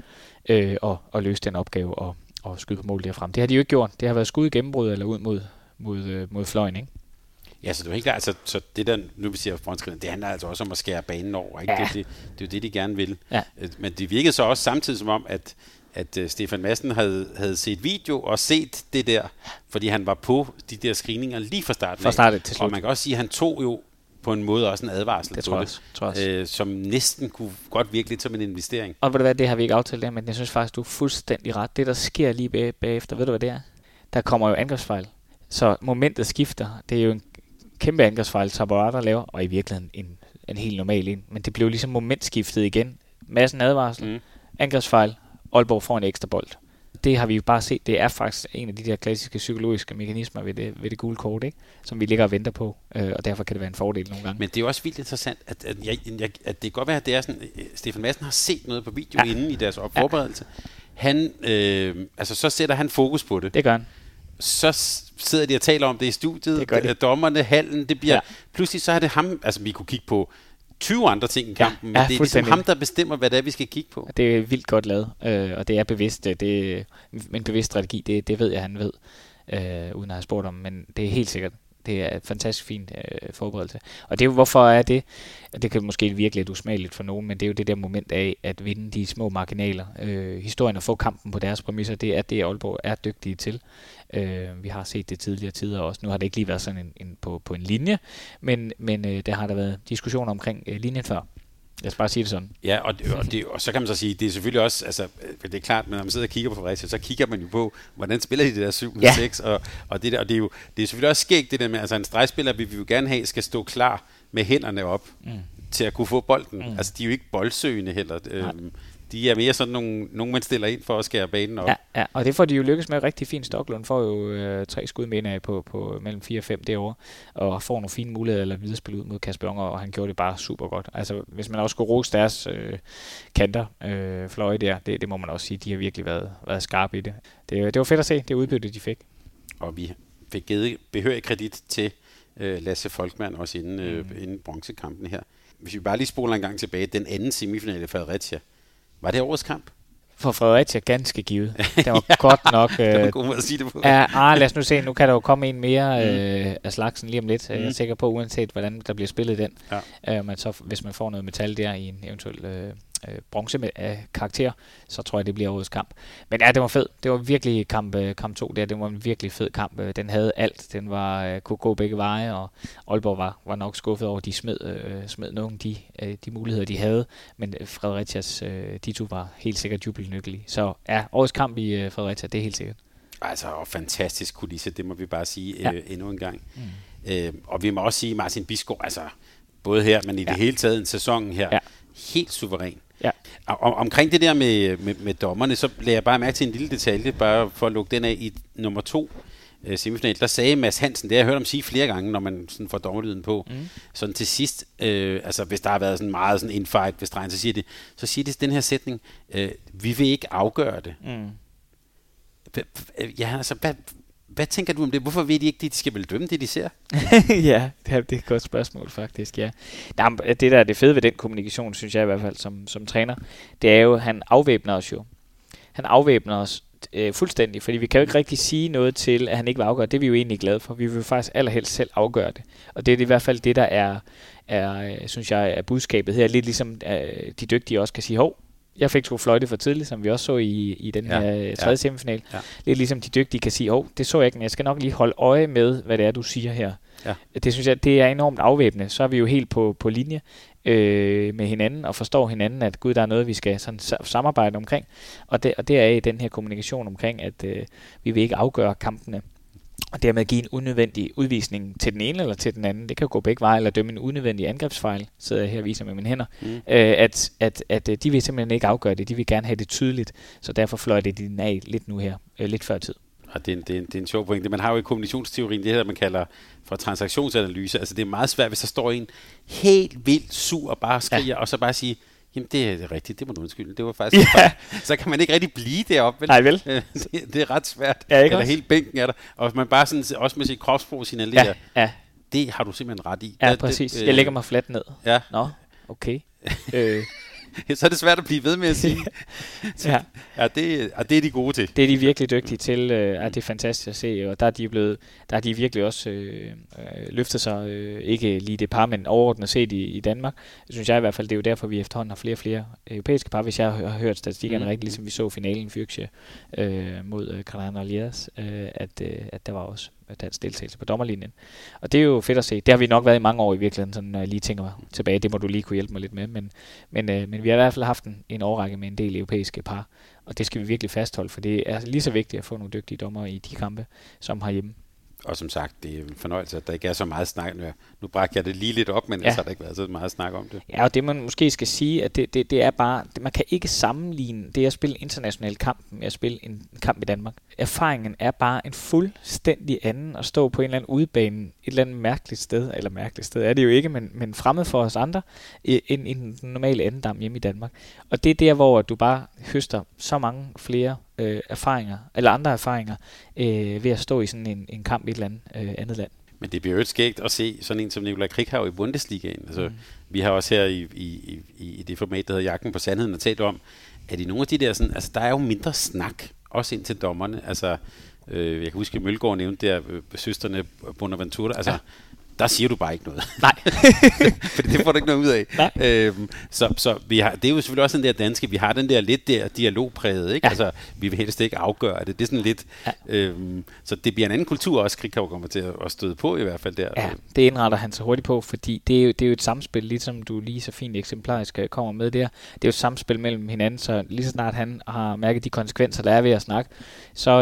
og løse den opgave og skyde på mål derfrem. Det har de jo ikke gjort. Det har været skud i gennembrud eller ud mod fløjen, ikke? Ja, så det er helt klart, så det der, nu vi siger frontskrivende, det handler altså også om at skære banen over, ikke? Ja. Det er jo det, de gerne vil. Ja. Men det virkede så også samtidig som om, at Stefan Madsen havde set video og set det der, fordi han var på de der screeninger lige fra starten. Fra starten til slut. Og man kan også sige, at han tog jo på en måde også en advarsel det på det, som næsten kunne godt virke lidt som en investering. Og ved du hvad, det har vi ikke aftalt der, men jeg synes faktisk, du er fuldstændig ret. Det, der sker lige bagefter, ved du hvad det er? Der kommer jo angrebsfejl. Så momentet skifter. Det er jo en kæmpe angrebsfejl, Taborata laver, og i virkeligheden en helt normal en. Men det blev ligesom momentskiftet igen. Massen advarsel, angrebsfejl, Aalborg får en ekstra bold. Det har vi jo bare set. Det er faktisk en af de der klassiske psykologiske mekanismer ved det gule kort, ikke? Som vi ligger og venter på, og derfor kan det være en fordel nogle gange. Men det er jo også vildt interessant, at det kan godt være, at det er sådan, Stefan Madsen har set noget på video inden i deres forberedelse. Han, så sætter han fokus på det. Det gør han. Så sidder de og taler om det i studiet, dommerne, hallen, det bliver, pludselig så er det ham, altså vi kunne kigge på 20 andre ting i kampen, men det er ligesom ham, der bestemmer, hvad det er, vi skal kigge på. Det er vildt godt lavet, og det er bevidst, det er en bevidst strategi, det ved jeg, han ved, uden at have spurgt om, men det er helt sikkert. Det er et fantastisk fint forberedelse. Og det er jo, hvorfor er det? Det kan måske virke lidt usmageligt for nogen, men det er jo det der moment af at vinde de små marginaler. Historien at få kampen på deres præmisser, det er det, Aalborg er dygtige til. Vi har set det tidligere tider også. Nu har det ikke lige været sådan på en linje, men der har der været diskussioner omkring linjen før. Jeg skal bare sige det sådan. Ja, og så kan man så sige, det er selvfølgelig også, altså, det er klart, men når man sidder og kigger på Fredericia, så kigger man jo på, hvordan spiller de der 7-6, og det er selvfølgelig også skægt det der med, altså en stregspiller, vi jo gerne have, skal stå klar med hænderne op til at kunne få bolden. Altså, de er jo ikke boldsøgende heller. De er mere sådan nogen man stiller ind for at skære banen op. Ja, og det får de jo lykkes med rigtig fint. Stocklund får jo 3 skud med af på mellem 4 og 5 derovre, og får nogle fine muligheder eller videre spil ud mod Kasper Unger, og han gjorde det bare super godt. Altså, hvis man også skulle rose deres kanter, fløje der, det må man også sige, de har virkelig været skarpe i det. Det var fedt at se, det udbytte, de fik. Og vi fik givet behørig kredit til Lasse Folkmann også inden bronzekampen her. Hvis vi bare lige spoler en gang tilbage, den anden semifinale i Fredericia, var det årets kamp? For Fredericia ganske givet. Det var godt nok... det var en god måde at sige det på. Lad os nu se. Nu kan der jo komme en mere af slagsen lige om lidt. Jeg er sikker på, uanset hvordan der bliver spillet den. Men så, hvis man får noget metal der i en eventuel bronze med karakter, så tror jeg, det bliver årets kamp. Men ja, det var fed. Det var virkelig kamp 2 der. Det var en virkelig fed kamp. Den havde alt. Den kunne gå begge veje, og Aalborg var nok skuffet over, de smed nogle af de muligheder, de havde. Men Fredericias, de to var helt sikkert jubelnykkelige. Så ja, årets kamp i Fredericia, det er helt sikkert. Altså, og fantastisk kulisse, det må vi bare sige endnu en gang. Og vi må også sige, Martin Bisgaard, altså både her, men i det hele taget en sæson her, helt suveræn. Ja. Omkring det der med dommerne, så lagde jeg bare mærke til en lille detalje, bare for at lukke den af i nummer 2 semifinal. Der sagde Mads Hansen, det har jeg hørt ham sige flere gange, når man sådan får dommerlyden på, sådan til sidst, altså hvis der har været sådan meget sådan infight ved stregen, så siger de den her sætning, vi vil ikke afgøre det. Ja, altså, hvad tænker du om det? Hvorfor ved de ikke, de skal vel dømme det, de ser? Ja, det er et godt spørgsmål faktisk, ja. Det der er det fede ved den kommunikation, synes jeg i hvert fald som træner, det er jo, han afvæbner os jo. Han afvæbner os fuldstændig, fordi vi kan jo ikke rigtig sige noget til, at han ikke vil afgøre. Det er vi jo egentlig glade for. Vi vil faktisk allerhelst selv afgøre det. Og det er i hvert fald det, der er synes jeg, er budskabet her. Lidt ligesom de dygtige også kan sige, hov, jeg fik sgu fløjte for tidligt, som vi også så i den her tredje semifinal. Ja. Lidt ligesom de dygtige kan sige, det så jeg ikke, men jeg skal nok lige holde øje med, hvad det er, du siger her. Ja. Det synes jeg, det er enormt afvæbnende. Så er vi jo helt på linje med hinanden og forstår hinanden, at gud, der er noget, vi skal sådan samarbejde omkring. Og det er i den her kommunikation omkring, at vi vil ikke afgøre kampene og dermed give en unødvendig udvisning til den ene eller til den anden. Det kan jo gå begge veje, eller dømme en unødvendig angrebsfejl, sidder jeg her og viser med mine hænder, at de vil simpelthen ikke afgøre det. De vil gerne have det tydeligt, så derfor fløjter de den af lidt nu her, lidt før tid. Og det er en sjov pointe. Man har jo i kommunikationsteorien det her, man kalder for transaktionsanalyse. Altså det er meget svært, hvis der står en helt vildt sur og bare skriger, og så bare sige, jamen det er rigtigt, det må du undskylde. Det var faktisk så kan man ikke rigtig blive deroppe, vel? Nej, vel? Det er ret svært. Ja, eller helt bænken er der. Og man bare sådan, også med sit kropssprog signalerer, det har du simpelthen ret i. Ja, præcis. Jeg lægger mig fladt ned. Ja. Nå, okay. Så er det svært at blive ved med at sige. Ja, det er de gode til. Det er de virkelig dygtige til. Det er fantastisk at se, og der er de virkelig også løftet sig, ikke lige det par, men overordnet set i Danmark. Det synes jeg i hvert fald, det er jo derfor, vi efterhånden har flere og flere europæiske par, hvis jeg har hørt statistikkerne rigtigt, ligesom vi så finalen Fyrkje mod Caran Alias, at der var også dansk deltagelse på dommerlinjen. Og det er jo fedt at se. Det har vi nok været i mange år i virkeligheden, sådan, når jeg lige tænker tilbage. Det må du lige kunne hjælpe mig lidt med. Men vi har i hvert fald haft en årrække med en del europæiske par, og det skal vi virkelig fastholde, for det er lige så vigtigt at få nogle dygtige dommere i de kampe, som herhjemme. Og som sagt, det er en fornøjelse, at der ikke er så meget snak. Nu bragte jeg det lige lidt op, men ellers har der ikke været så meget snak om det. Ja, og det man måske skal sige, at det er bare, man kan ikke sammenligne det at spille en international kamp med at spille en kamp i Danmark. Erfaringen er bare en fuldstændig anden at stå på en eller anden udebane, et eller andet mærkeligt sted er det jo ikke, men fremmed for os andre, end den normale andendam hjemme i Danmark. Og det er der, hvor du bare høster så mange flere erfaringer, eller andre erfaringer, ved at stå i sådan en kamp i et eller andet land. Men det bliver jo et skægt at se sådan en som Nikolaj Krieghav i Bundesligaen. Altså, vi har også her i det format, der hedder Jagten på Sandheden, og talt om, at i nogle af de der, sådan, altså, der er jo mindre snak, også ind til dommerne. Altså, jeg kan huske, at Mølgaard nævnte der, søstrene Bonaventura, altså, der siger du bare ikke noget. Nej. Fordi det får du ikke noget ud af. Så vi har, det er jo selvfølgelig også den der danske, vi har den der lidt der dialogpræget, ikke? Ja. Altså, vi vil helst ikke afgøre det. Det er sådan lidt, så det bliver en anden kultur også, Krieghav kommer til at støde på i hvert fald der. Ja, det indretter han så hurtigt på, fordi det er jo et samspil, ligesom du lige så fint eksemplarisk kommer med der. Det er jo et samspil mellem hinanden, så lige så snart han har mærket de konsekvenser, der er ved at snakke, så,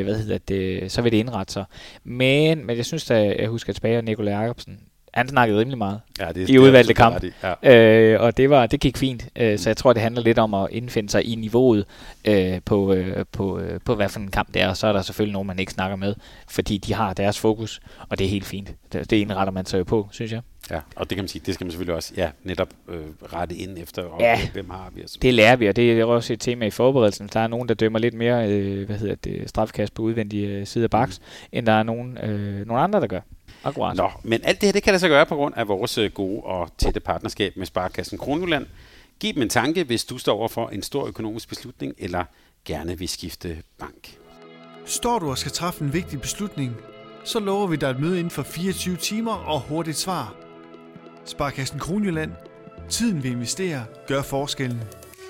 så vil det indrette sig. Men jeg synes da, jeg husker tilbage, at Nikolaj Jacobsen, han snakkede rimelig meget i udvalgte kamp. Og det gik fint. Så jeg tror, det handler lidt om at indfinde sig i niveauet på hvad for en kamp det er. Og så er der selvfølgelig nogen, man ikke snakker med, fordi de har deres fokus, og det er helt fint. Det indretter man sig jo på, synes jeg. Ja, og det kan man sige, det skal man selvfølgelig også netop rette ind efter, og hvem har vi. Det lærer vi, og det er også et tema i forberedelsen. Der er nogen, der dømmer lidt mere strafkast på udvendige side af baks, end der er nogle andre, der gør. Akkurat. Nå, men alt det her, det kan lade sig gøre på grund af vores gode og tætte partnerskab med Sparekassen Kronjylland. Giv dem en tanke, hvis du står over for en stor økonomisk beslutning, eller gerne vil skifte bank. Står du og skal træffe en vigtig beslutning, så lover vi dig et møde inden for 24 timer og hurtigt svar. Sparekassen Kronjylland. Tiden vi investerer gør forskellen.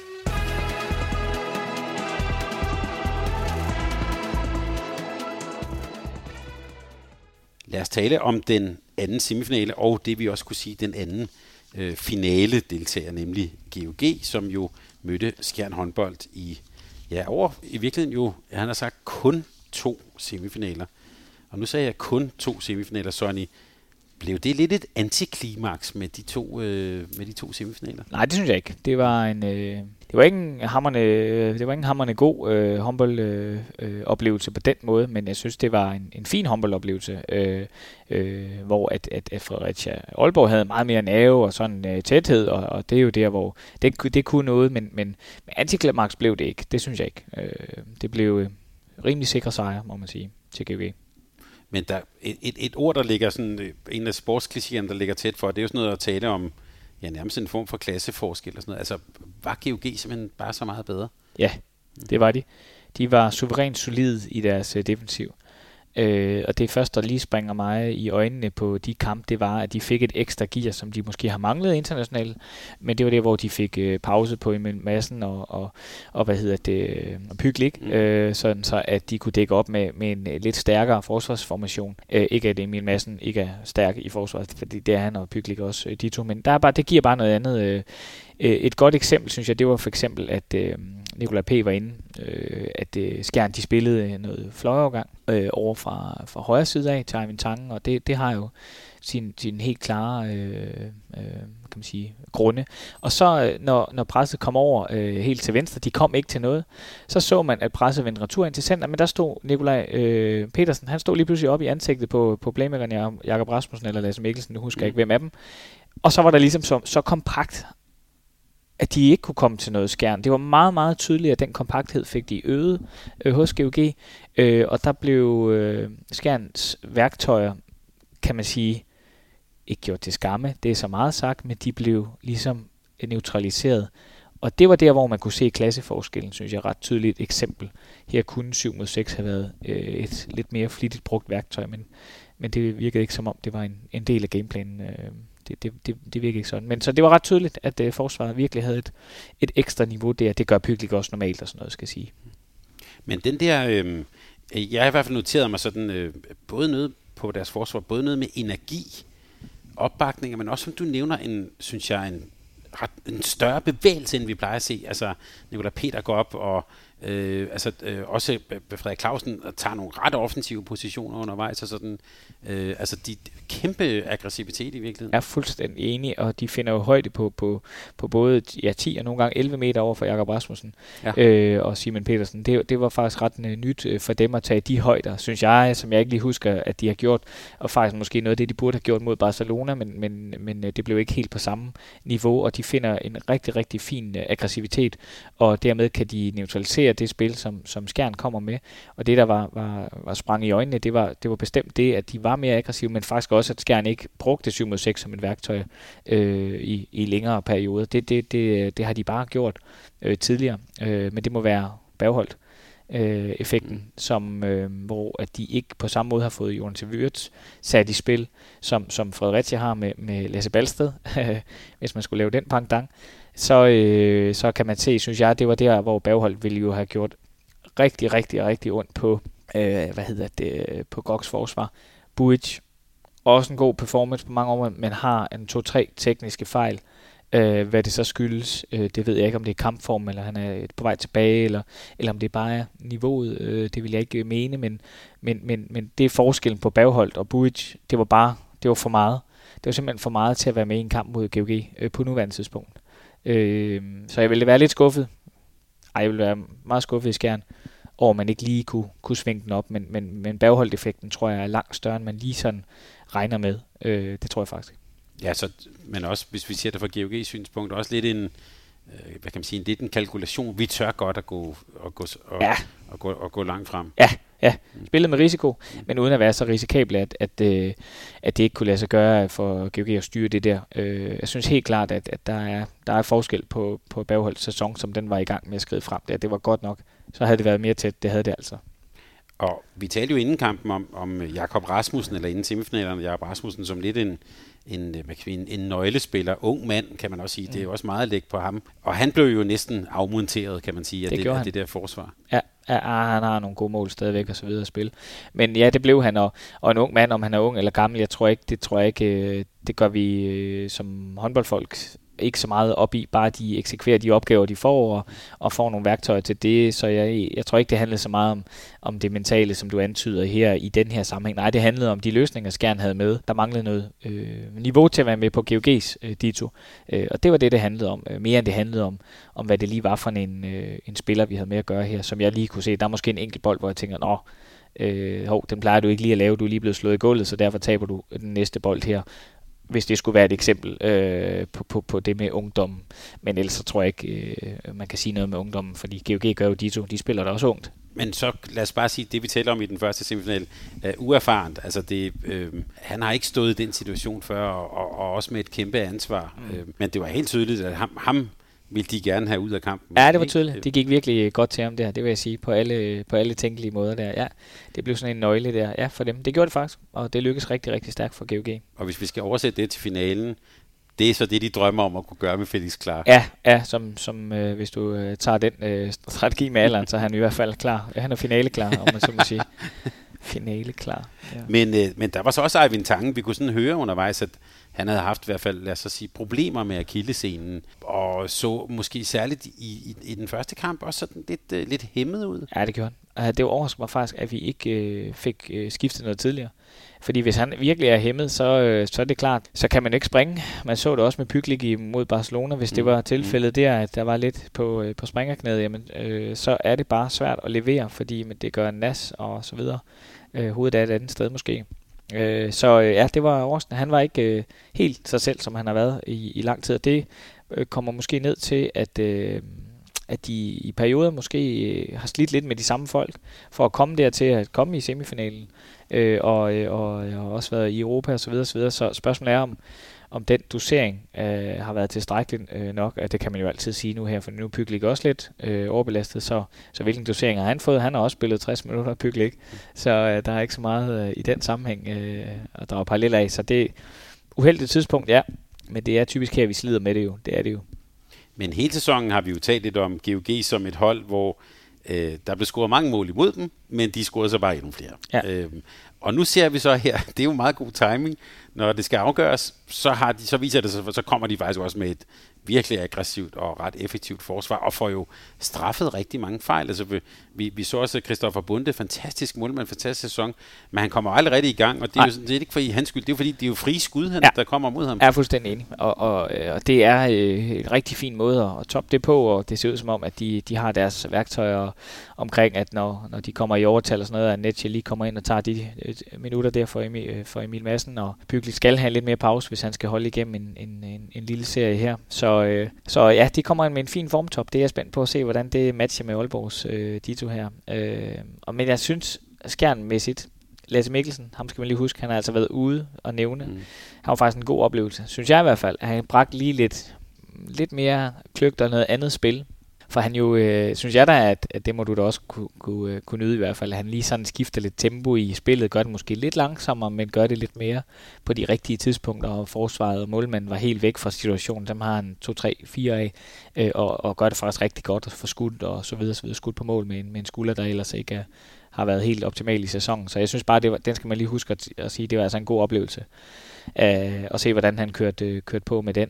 Lad os tale om den anden semifinale, og det vi også kunne sige, den anden finale deltager, nemlig GOG, som jo mødte Skjern Håndbold i virkeligheden jo, han har sagt, kun 2 semifinaler. Og nu sagde jeg kun 2 semifinaler, Sonny. Blev det lidt et antiklimaks med de to semifinaler? Nej, det synes jeg ikke. Det var ikke en hamrende god håndboldoplevelse på den måde, men jeg synes, det var en fin håndboldoplevelse, hvor at Fredericia Aalborg havde meget mere nerve og sådan tæthed, og det er jo der, hvor det kunne noget, men antiklimaks blev det ikke. Det synes jeg ikke. Det blev rimelig sikre sejre, må man sige, til GOG. Men der et ord, der ligger sådan, en af sportsklicherne, der ligger tæt for, det er jo sådan noget at tale om, nærmest en form for klasseforskel og sådan noget. Altså, var GOG simpelthen bare så meget bedre? Ja, det var de. De var suverænt solide i deres defensiv. Og det første, der lige springer mig i øjnene på de kampe, det var, at de fik et ekstra gear, som de måske har manglet internationalt. Men det var det, hvor de fik pause på imellem Madsen og Pytlik, sådan så at de kunne dække op med en lidt stærkere forsvarsformation. Ikke at Emil Madsen ikke er stærk i forsvaret, fordi det er han og Pytlik også, de to. Men det giver bare noget andet. Et godt eksempel, synes jeg, det var for eksempel, at Nikolaj P. var inde, at Skjern, de spillede noget fløjeovergang over fra højre side af til Eivind Tangen, og det har jo sin helt klare kan man sige, grunde. Og så når presset kom over helt til venstre, de kom ikke til noget, så man, at presset vendte retur ind til center, men der stod Nikolaj Petersen, han stod lige pludselig op i ansigtet på playmakeren Jakob Rasmussen eller Lasse Mikkelsen, nu husker jeg ikke hvem af dem, og så var der ligesom så kompakt, at de ikke kunne komme til noget Skjern. Det var meget, meget tydeligt, at den kompakthed fik de øget hos GOG, og der blev Skjerns værktøjer, kan man sige, ikke gjort til skamme, det er så meget sagt, men de blev ligesom neutraliseret. Og det var der, hvor man kunne se klasseforskellen, synes jeg, ret tydeligt eksempel. Her kunne 7 mod 6 have været et lidt mere flittigt brugt værktøj, men det virkede ikke som om, det var en del af gameplanen. Det virkede ikke sådan. Men så det var ret tydeligt, at forsvaret virkelig havde et ekstra niveau der. Det gør Pytlik også normalt og sådan noget, skal jeg sige. Men den der, jeg har i hvert fald noteret mig sådan, både noget på deres forsvar, både noget med energi, opbakninger, men også som du nævner, synes jeg, en større bevægelse, end vi plejer at se. Altså, Nikolaj Peter går op og også Frederik Clausen tager nogle ret offensive positioner undervejs, og sådan, de kæmpe aggressivitet i virkeligheden. Jeg er fuldstændig enig, og de finder jo højde på både 10 og nogle gange 11 meter over for Jakob Rasmussen og Simon Petersen. Det var faktisk ret nyt for dem at tage de højder, synes jeg, som jeg ikke lige husker, at de har gjort, og faktisk måske noget af det, de burde have gjort mod Barcelona, men det blev ikke helt på samme niveau, og de finder en rigtig, rigtig fin aggressivitet, og dermed kan de neutralisere det spil, som Skjern kommer med. Og det, der var sprang i øjnene, det var bestemt det, at de var mere aggressive, men faktisk også, at Skjern ikke brugte 7 mod 6 som et værktøj i længere perioder. Det har de bare gjort tidligere, men det må være Bergholt effekten, hvor at de ikke på samme måde har fået Jonas Wirtz sat i spil, som Fredericia har med Lasse Balsted, hvis man skulle lave den pendant. Så kan man se, synes jeg, det var der, hvor Bergholt ville jo have gjort rigtig, rigtig, rigtig ondt på, på GOGs forsvar. Buic, også en god performance på mange år, men har en 2-3 tekniske fejl. Hvad det så skyldes, det ved jeg ikke, om det er kampform, eller han er på vej tilbage, eller om det bare er niveauet. Det vil jeg ikke mene, men det er forskellen på Bergholt og Buic. Det var for meget. Det var simpelthen for meget til at være med i en kamp mod GOG på nuværende tidspunkt. Så jeg ville være lidt skuffet. Jeg ville være meget skuffet i Skjern, over man ikke lige kunne svinge den op, men Bergholt-effekten tror jeg er langt større, end man lige sådan regner med. Det tror jeg faktisk. Ja, men også, hvis vi ser det fra GOG's synspunkt, også lidt lidt en kalkulation. Vi tør godt at gå langt frem. Ja, spillet med risiko, men uden at være så risikabelt, at det ikke kunne lade sig gøre for GOG at styre det der. Jeg synes helt klart, at der er forskel på Bergholts sæson, som den var i gang med at skride frem. Det var godt nok. Så havde det været mere tæt. Det havde det altså. Og vi talte jo inden kampen om Jakob Rasmussen, eller inden semifinalerne, Jakob Rasmussen som lidt en nøglespiller, ung mand, kan man også sige. Det er jo også meget at lægge på ham. Og han blev jo næsten afmonteret, kan man sige, af det der forsvar. Ja, han har nogle gode mål stadigvæk og så videre at spille. Men ja, det blev han, og en ung mand, om han er ung eller gammel, det gør vi som håndboldfolk ikke så meget op i, bare de eksekverer de opgaver, de får, og får nogle værktøjer til det, så jeg tror ikke, det handlede så meget om det mentale, som du antyder her i den her sammenhæng. Nej, det handlede om de løsninger, Skjern havde med. Der manglede noget niveau til at være med på GOG's Dito, og det var det handlede om. Mere end det handlede om hvad det lige var for en spiller, vi havde med at gøre her, som jeg lige kunne se. Der er måske en enkelt bold, hvor jeg tænker, den plejer du ikke lige at lave, du er lige blevet slået i gulvet, så derfor taber du den næste bold her, hvis det skulle være et eksempel på det med ungdom. Men ellers så tror jeg ikke, man kan sige noget med ungdommen, fordi GOG gør jo de spiller der også ungt. Men så lad os bare sige, det vi taler om i den første semifinal, uerfarent. Altså han har ikke stået i den situation før, og også med et kæmpe ansvar. Men det var helt tydeligt, at ham ville de gerne have ud af kampen. Ja, det var tydeligt. Det gik virkelig godt til ham der, det vil jeg sige, på alle tænkelige måder der. Ja, det blev sådan en nøgle der, ja, for dem. Det gjorde det faktisk, og det lykkedes rigtig, rigtig stærkt for GOG. Og hvis vi skal oversætte det til finalen, det er så det, de drømmer om at kunne gøre med Felix Klar. Ja, som hvis du tager den strategi med alderen, så er han i hvert fald klar. Ja, han er finale klar, om man så må sige. Finale klar. Ja. Men der var så også Eivind Tangen, vi kunne sådan høre undervejs, at han havde haft i hvert fald, lad os så sige, problemer med akillessenen, og så måske særligt i den første kamp også sådan lidt hæmmet ud. Ja, det gjorde han. Det overrasker mig faktisk, at vi ikke fik skiftet noget tidligere. Fordi hvis han virkelig er hæmmet, så er det klart, så kan man ikke springe. Man så det også med Pyklik mod Barcelona, hvis det var tilfældet der, at der var lidt på springerknæet, jamen, så er det bare svært at levere, fordi det gør en nas og så videre. Hovedet er et andet sted måske. Det var overraskende. Han var ikke helt sig selv, som han har været i lang tid. Og det kommer måske ned til, at de i perioder måske har slidt lidt med de samme folk, for at komme dertil at komme i semifinalen, og også været i Europa og så videre, så videre. Så spørgsmålet er, om den dosering har været tilstrækkeligt nok. Det kan man jo altid sige nu her, for nu er Pyklik også lidt overbelastet, så hvilken dosering har han fået? Han har også spillet 60 minutter af Pyklik, så der er ikke så meget i den sammenhæng at drage paralleller af. Så det er uheldigt tidspunkt, ja, men det er typisk her, vi slider med det jo. Det er det jo. Men hele sæsonen har vi jo talt lidt om GOG som et hold, hvor der blev scoret mange mål imod dem, men de scorede så bare endnu flere. Ja. Og nu ser vi så her, det er jo meget god timing, når det skal afgøres, så viser det sig, så kommer de faktisk også med et virkelig aggressivt og ret effektivt forsvar, og får jo straffet rigtig mange fejl. Altså, vi så også Christoffer Bunde, fantastisk målmand, fantastisk sæson, men han kommer aldrig rigtig i gang, og det er jo det er ikke fordi hans skyld, det er jo fordi, det er jo frie skud, der kommer mod ham. Jeg er fuldstændig enig, og det er en rigtig fin måde at toppe det på, og det ser ud som om, at de har deres værktøjer omkring, at når de kommer i overtal og sådan noget, at Netje lige kommer ind og tager de minutter der for Emil Madsen, og Pyklik skal have lidt mere pause, hvis han skal holde igennem en lille serie her. Så ja, de kommer ind med en fin formtop. Det er jeg spændt på at se, hvordan det matcher med Aalborgs Dito her. Men jeg synes, skærmæssigt, Lasse Mikkelsen, ham skal man lige huske, han har altså været ude og nævne. Han var faktisk en god oplevelse, synes jeg i hvert fald. Han bragte lige lidt mere kløgt og noget andet spil. For han jo, synes jeg da, at det må du da også kunne nyde i hvert fald, at han lige sådan skifter lidt tempo i spillet, gør det måske lidt langsommere, men gør det lidt mere på de rigtige tidspunkter, og forsvaret og målmanden var helt væk fra situationen, dem har han 2, 3, 4 af, og gør det faktisk rigtig godt at få skudt og så videre, skudt på mål med en skulder, der ellers ikke har været helt optimal i sæsonen. Så jeg synes bare, den skal man lige huske at sige, det var altså en god oplevelse at se, hvordan han kørte på med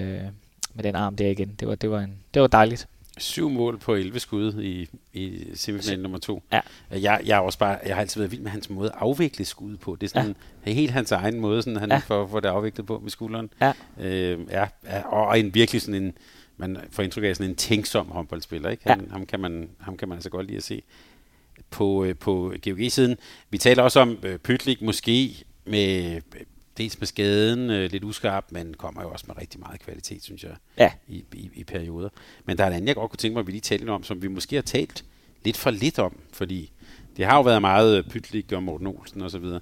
den arm der igen. Det var dejligt. 7 mål på 11 skud i semifinalen nummer 2. Ja. Jeg har altid været vild med hans måde at afvikle skud på. Det er sådan helt hans egen måde, sådan han får det afviklet på med skulderen. Ja. Og en virkelig sådan en, man får indtryk af sådan en tænksom håndboldspiller, ikke? Ham kan man altså godt lide at se på GOG-siden. Vi taler også om Pytlik måske med dels med skaden, lidt uskarp, men kommer jo også med rigtig meget kvalitet, synes jeg, i perioder. Men der er en anden, jeg godt kunne tænke mig, at vi lige taler om, som vi måske har talt lidt for lidt om, fordi det har jo været meget Pytlik og Morten Olsen og så videre.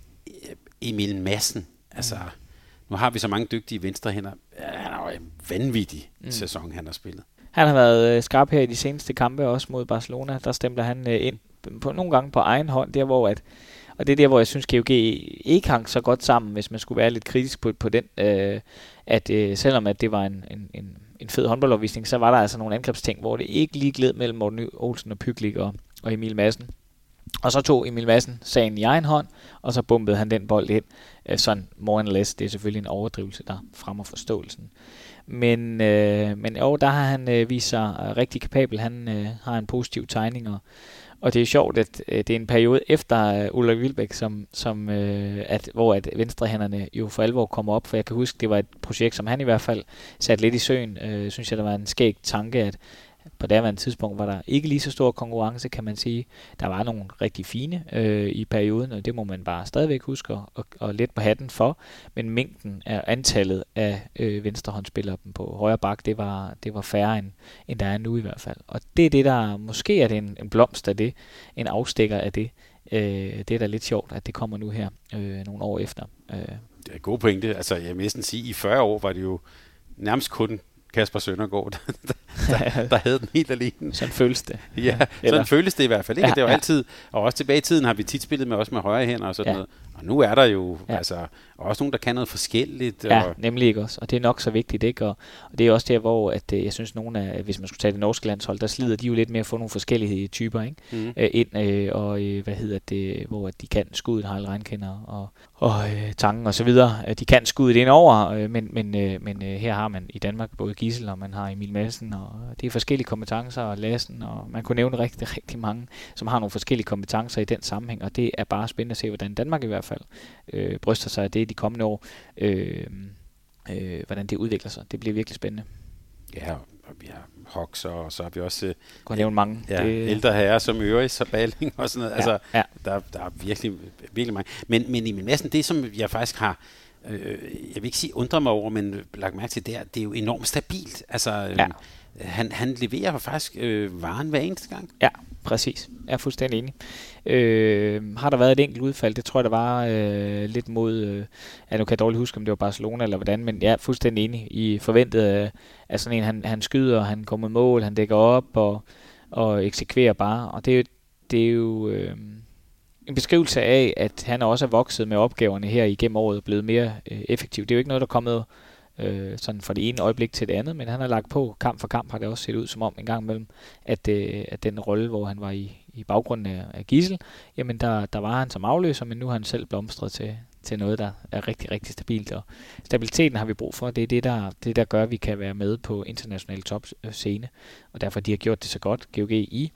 Emil Madsen, altså, nu har vi så mange dygtige venstrehænder. Han har jo en vanvittig sæson, han har spillet. Han har været skarp her i de seneste kampe, også mod Barcelona. Der stempler han ind på nogle gange på egen hånd, der hvor og det er der, hvor jeg synes, GOG ikke hang så godt sammen, hvis man skulle være lidt kritisk på den, at selvom at det var en fed håndboldopvisning, så var der altså nogle angrebsting, hvor det ikke lige gled mellem Morten Olsen og Pyklik og Emil Madsen. Og så tog Emil Madsen sagen i egen hånd, og så bumpede han den bold ind. Sådan more and less, det er selvfølgelig en overdrivelse, der fremmer forståelsen. Men der har han vist sig rigtig kapabel. Han har en positiv tegning, og det er sjovt, at det er en periode efter Ulrik Wilbæk, hvor venstrehænderne jo for alvor kommer op. For jeg kan huske, det var et projekt, som han i hvert fald satte lidt i søen. Synes jeg, der var en skæg tanke, at på daværende tidspunkt var der ikke lige så stor konkurrence, kan man sige. Der var nogle rigtig fine i perioden, og det må man bare stadigvæk huske og lidt på hatten for. Men mængden af antallet af venstrehåndsspillere på højre bak, det var færre end der er nu i hvert fald. Og det er det, der måske er det en blomst af det, en afstikker af det. Det er da lidt sjovt, at det kommer nu her nogle år efter. Det er en god pointe. Altså, jeg vil næsten sige, at i 40 år var det jo nærmest kun Kasper Søndergaard, der havde den helt alene. Sådan føles det. Ja, sådan føles det i hvert fald. Ikke? Ja, det er jo altid, og også tilbage i tiden har vi tit spillet med også med højre hænder og sådan noget. Og nu er der jo altså også nogen, der kan noget forskelligt. Ja, nemlig ikke også. Og det er nok så vigtigt, ikke? Og det er også der, hvor at, jeg synes, nogen af, hvis man skulle tage det norske landshold, der slider de jo lidt med at få nogle forskellige typer, ikke? Ind, hvor de kan skuddet, Heil Reinkender og Tangen og så videre. De kan skuddet ind over, men her har man i Danmark både Gissel, og man har Emil Madsen, og det er forskellige kompetencer, og Lassen, og man kunne nævne rigtig, rigtig mange, som har nogle forskellige kompetencer i den sammenhæng, og det er bare spændende at se, hvordan Danmark i hvert fald bryster sig af det i de kommende år, hvordan det udvikler sig. Det bliver virkelig spændende. Ja, og vi har Hox, og så har vi også kunne nævne mange. Ældre herrer som Øris og Balling og sådan noget. Altså, der er virkelig, virkelig mange. Men i min næsten det, som jeg faktisk har, jeg vil ikke sige undre mig over, men lagt mærke til, det er jo enormt stabilt. Altså, han leverer faktisk varen hver eneste gang. Ja, præcis. Jeg er fuldstændig enig. Har der været et enkelt udfald? Det tror jeg, der var lidt mod... nu kan jeg dårligt huske, om det var Barcelona eller hvordan, men jeg er fuldstændig enig i forventet af sådan en, han skyder, han kommer med mål, han dækker op og eksekverer bare. Og det er jo en beskrivelse af, at han også er vokset med opgaverne her igennem året og blevet mere effektiv. Det er jo ikke noget, der er kommet sådan fra det ene øjeblik til det andet, men han har lagt på kamp for kamp, har det også set ud som om en gang imellem, at den rolle, hvor han var i baggrunden af Gissel, jamen der var han som afløser, men nu har han selv blomstret til noget, der er rigtig, rigtig stabilt, og stabiliteten har vi brug for. Det er det, der gør, at vi kan være med på international topscene, og derfor de har gjort det så godt, GOG i,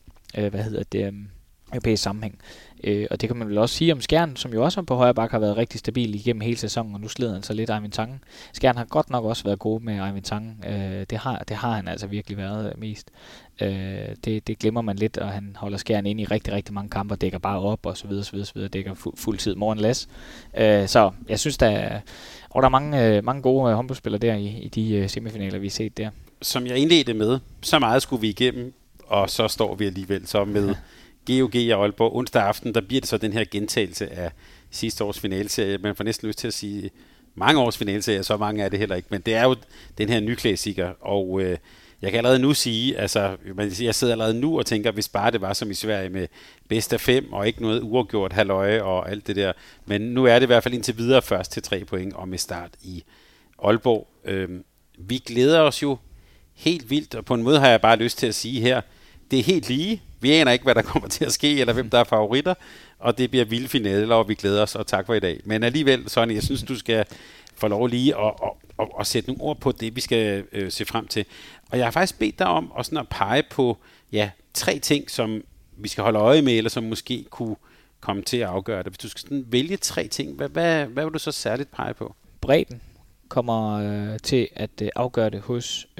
europæisk sammenhæng. Og det kan man vel også sige om Skjern, som jo også på højre bakke har været rigtig stabil igennem hele sæsonen, og nu slider han så lidt Eivind Tangen. Skjern har godt nok også været god med Eivind Tangen. Det har han altså virkelig været mest. Det glemmer man lidt, og han holder Skjern ind i rigtig, rigtig mange kampe, og dækker bare op, og så videre, dækker fuld tid morgen Lass. Så jeg synes, der er mange gode håndboldspillere der i de semifinaler, vi har set der. Som jeg indledte med, så meget skulle vi igennem, og så står vi alligevel så med GOG og Aalborg onsdag aften, der bliver det så den her gentagelse af sidste års finaleserie. Man får næsten lyst til at sige mange års finaleserie, så mange er det heller ikke, men det er jo den her nye klassiker, og jeg kan allerede nu sige, altså jeg sidder allerede nu og tænker, hvis bare det var som i Sverige med bedst af 5 og ikke noget uafgjort halvøje og alt det der, men nu er det i hvert fald indtil videre først til 3 point og med start i Aalborg. Vi glæder os jo helt vildt, og på en måde har jeg bare lyst til at sige her, det er helt lige. Vi aner ikke, hvad der kommer til at ske, eller hvem der er favoritter, og det bliver vilde finaler, og vi glæder os, og tak for i dag. Men alligevel, Sonny, jeg synes, du skal få lov lige at sætte nogle ord på det, vi skal se frem til. Og jeg har faktisk bedt dig om at pege på 3 ting, som vi skal holde øje med, eller som måske kunne komme til at afgøre det. Hvis du skal sådan vælge 3 ting, hvad vil du så særligt pege på? Bredden kommer til at afgøre det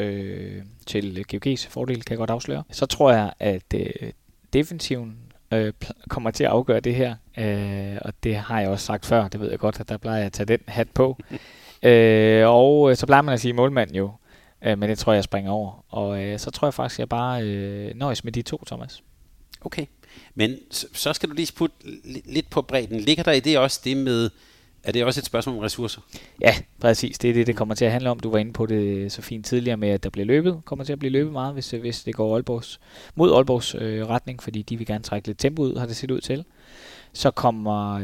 til GOG's fordel, kan jeg godt afsløre. Så tror jeg, at defensiven kommer til at afgøre det her, og det har jeg også sagt før, det ved jeg godt, at der plejer jeg at tage den hat på. Og så plejer man at sige målmand jo, men det tror jeg springer over. Og så tror jeg faktisk, at jeg bare nøjes med de 2, Thomas. Okay, men så skal du lige putte lidt på bredden. Ligger der i det også det med, er det også et spørgsmål om ressourcer? Ja, præcis. Det er det kommer til at handle om. Du var inde på det så fint tidligere med, at der bliver løbet. Kommer til at blive løbet meget, hvis det går mod Aalborgs retning, fordi de vil gerne trække lidt tempo ud, har det set ud til. Så kommer,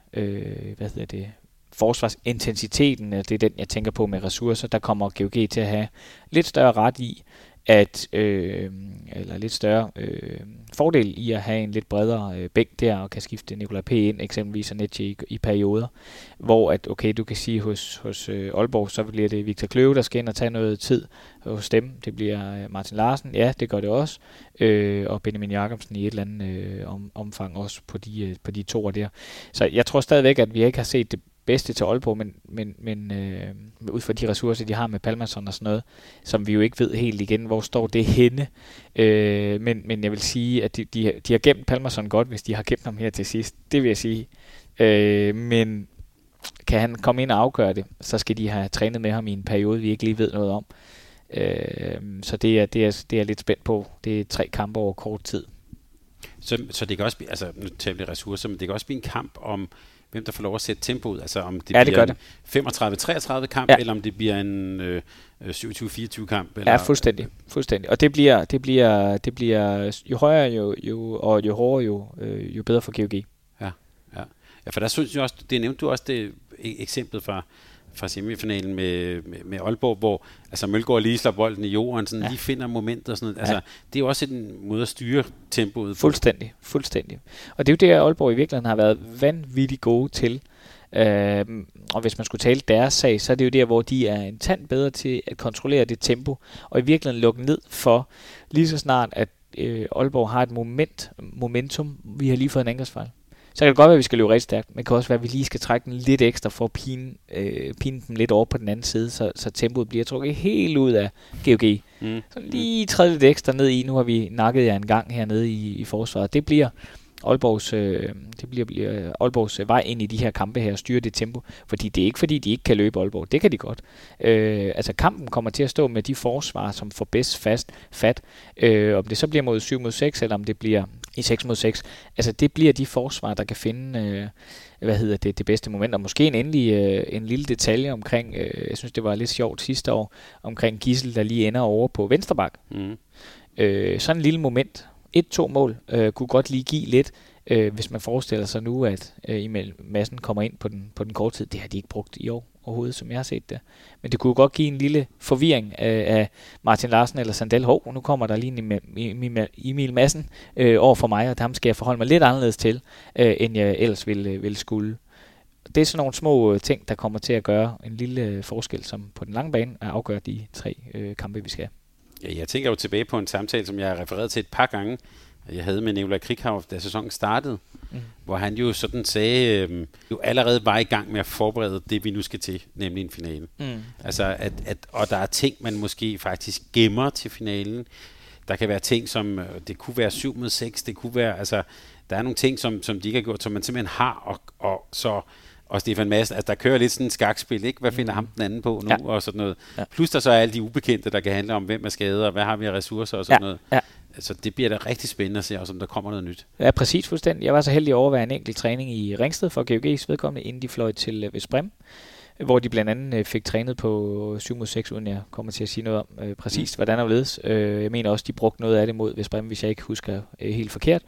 forsvarsintensiteten, det er den, jeg tænker på med ressourcer. Der kommer GOG til at have lidt større ret i, eller lidt større fordel i at have en lidt bredere bænk der, og kan skifte Nikolaj P. ind, eksempelvis og Netje i perioder, hvor at, okay, du kan sige hos Aalborg, så bliver det Victor Kløve, der skal ind og tage noget tid hos dem. Det bliver Martin Larsen, ja, det gør det også, og Benjamin Jacobsen i et eller andet omfang også på de 2 der. Så jeg tror stadigvæk, at vi ikke har set det bedste til Aalborg, men ud fra de ressourcer, de har med Palmason og sådan noget, som vi jo ikke ved helt igen, hvor står det henne. Men jeg vil sige, at de har gemt Palmason godt, hvis de har gemt ham her til sidst. Det vil jeg sige. Men kan han komme ind og afgøre det, så skal de have trænet med ham i en periode, vi ikke lige ved noget om. Så det er lidt spændt på. Det er 3 kampe over kort tid. Så det kan også blive, altså nu tager vi ressourcer, men det kan også blive en kamp om hvem der får lov at sætte tempoet. Altså om det det bliver det. en 35-33 kamp, eller om det bliver en 27-24 kamp. Eller, Ja, fuldstændig. Og det bliver jo højere jo hårdere jo bedre for GOG. Ja, for der synes jeg også, det nævnte du også det eksemplet fra semifinalen med Aalborg, hvor altså Mølgaard lige slår bolden i jorden, sådan lige finder momentet og sådan noget. Altså, det er jo også en måde at styre tempoet. Fuldstændig. Og det er jo det, at Aalborg i virkeligheden har været vanvittigt gode til. Og hvis man skulle tale deres sag, så er det jo der, hvor de er en tand bedre til at kontrollere det tempo, og i virkeligheden lukke ned for lige så snart, at Aalborg har et momentum. Vi har lige fået en angrebsfejl. Så kan det godt være, at vi skal løbe rigtig stærkt, men det kan også være, at vi lige skal trække den lidt ekstra for at pine dem lidt over på den anden side, så tempoet bliver trukket helt ud af GOG. Så lige træde lidt ekstra ned i. Nu har vi nakket jer en gang hernede i forsvaret. Det bliver Aalborgs vej ind i de her kampe her, styre det tempo, fordi det er ikke fordi, de ikke kan løbe Aalborg. Det kan de godt. Altså kampen kommer til at stå med de forsvar, som får bedst fat. Om det så bliver mod 7 mod 6, eller om det bliver i 6 mod 6. Altså det bliver de forsvar, der kan finde det bedste moment. Og måske en lille detalje omkring, jeg synes det var lidt sjovt sidste år, omkring Gissel, der lige ender over på venstre bak. Sådan en lille moment. 1-2 mål kunne godt lige give lidt, hvis man forestiller sig nu, at Emil Madsen kommer ind på den korte tid. Det har de ikke brugt i år overhovedet, som jeg har set det. Men det kunne godt give en lille forvirring af Martin Larsen eller Sandel. Nu kommer der lige Emil Madsen over for mig, og ham skal jeg forholde mig lidt anderledes til, end jeg ellers ville skulle. Det er sådan nogle små ting, der kommer til at gøre en lille forskel, som på den lange bane er afgør de 3 kampe, vi skal have. Ja, jeg tænker jo tilbage på en samtale, som jeg har refereret til et par gange, jeg havde med Nikolaj Krikhav, da sæsonen startede, hvor han jo sådan sagde, jo allerede var i gang med at forberede det, vi nu skal til, nemlig en finale. Altså, og der er ting, man måske faktisk gemmer til finalen. Der kan være ting, som, det kunne være 7 mod 6, det kunne være, altså, der er nogle ting, som de ikke har gjort, som man simpelthen har, og Stefan Madsen, altså der kører lidt sådan en skakspil, ikke? Hvad finder ham den anden på nu, og sådan noget. Ja. Plus der så er alle de ubekendte, der kan handle om, hvem er skadet, og hvad har vi af ressourcer og sådan noget. Ja. Altså det bliver da rigtig spændende at se, også om der kommer noget nyt. Ja, præcis fuldstændig. Jeg var så heldig at overvære en enkelt træning i Ringsted for GOG's vedkommende, inden de fløj til Veszprém, hvor de blandt andet fik trænet på 7 mod 6, uden jeg kommer til at sige noget om præcis, hvordan det ledes. Jeg mener også, de brugte noget af det mod Veszprém, hvis jeg ikke husker helt forkert.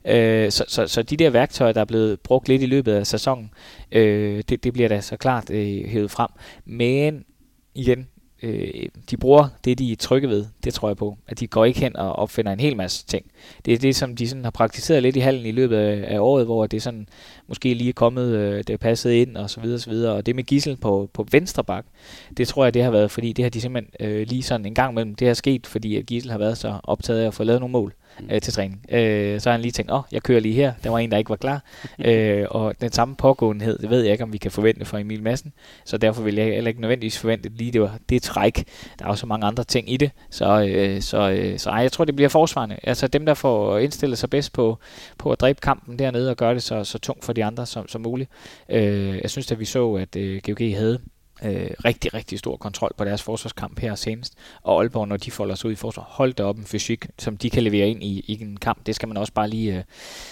Så de der værktøjer, der er blevet brugt lidt i løbet af sæsonen, det bliver da så klart hævet frem. Men igen, de bruger det, de er trygge ved. Det tror jeg på. At de går ikke hen og opfinder en hel masse ting. Det er det, som de sådan har praktiseret lidt i hallen i løbet af året, hvor det sådan måske lige er kommet, det er passet ind og så videre og så videre. Og det med Gissel på venstre bak, det tror jeg, det har været, fordi det har de simpelthen lige sådan en gang imellem, det har sket, fordi at Gissel har været så optaget af at få lavet nogle mål til træning. Så har han lige tænkt, jeg kører lige her. Der var en, der ikke var klar. Og den samme pågåenhed, det ved jeg ikke, om vi kan forvente fra Emil Madsen. Så derfor vil jeg heller ikke nødvendigvis forvente lige det træk. Der er også mange andre ting i det. Så jeg tror, det bliver forsvarende. Altså dem, der får indstillet sig bedst på at dræbe kampen dernede og gøre det så tungt for de andre som muligt. Jeg synes, at vi så, at GOG havde rigtig, rigtig stor kontrol på deres forsvarskamp her senest. Og Aalborg, når de folder sig ud i forsvar, hold da op en fysik, som de kan levere ind i en kamp. Det skal man også bare lige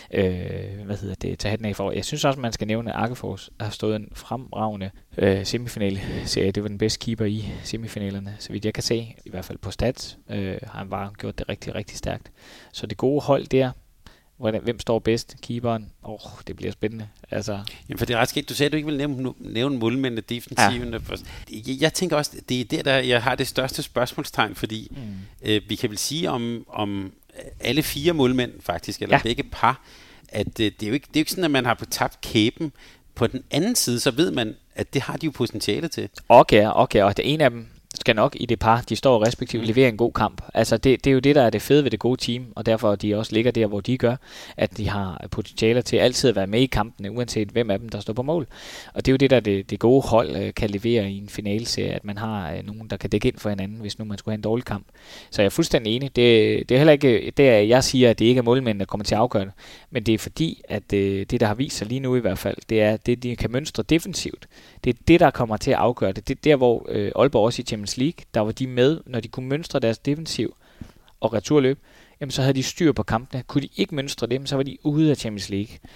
tage hatten af for. Jeg synes også, man skal nævne, at Arkefors har stået en fremragende semifinale-serie. Det var den bedste keeper i semifinalerne, så vidt jeg kan se. I hvert fald på stats har han bare gjort det rigtig, rigtig stærkt. Så det gode hold der, hvem står bedst? Keeperen? Det bliver spændende. Altså. Jamen, for det er ret skidt. Du sagde, at du ikke vil nævne målmændene defensiven. Ja. Jeg tænker også, det er der jeg har det største spørgsmålstegn, fordi vi kan vel sige om alle 4 målmænd faktisk, eller begge par, at det er jo ikke sådan, at man har tabt kæben. På den anden side, så ved man, at det har de jo potentiale til. Okay, og det ene af dem skal nok i det par, de står respektivt levere en god kamp. Altså det er jo det, der er det fede ved det gode team, og derfor de også ligger der, hvor de gør, at de har potentialer til altid at være med i kampene, uanset hvem af dem, der står på mål. Og det er jo det, der det gode hold kan levere i en finaleserie, at man har nogen, der kan dække ind for hinanden, hvis nu man skulle have en dårlig kamp. Så jeg er fuldstændig enig. Det er heller ikke det, jeg siger, at det ikke er målmændene, der kommer til at afgøre det, men det er fordi, at det, der har vist sig lige nu i hvert fald, det er det, de kan mønstre defensivt. Det er det, der kommer til at afgøre det. Det er der, hvor Aalborg også i Champions League, der var de med, når de kunne mønstre deres defensiv og returløb, jamen så havde de styr på kampene. Kunne de ikke mønstre dem, så var de ude af Champions League.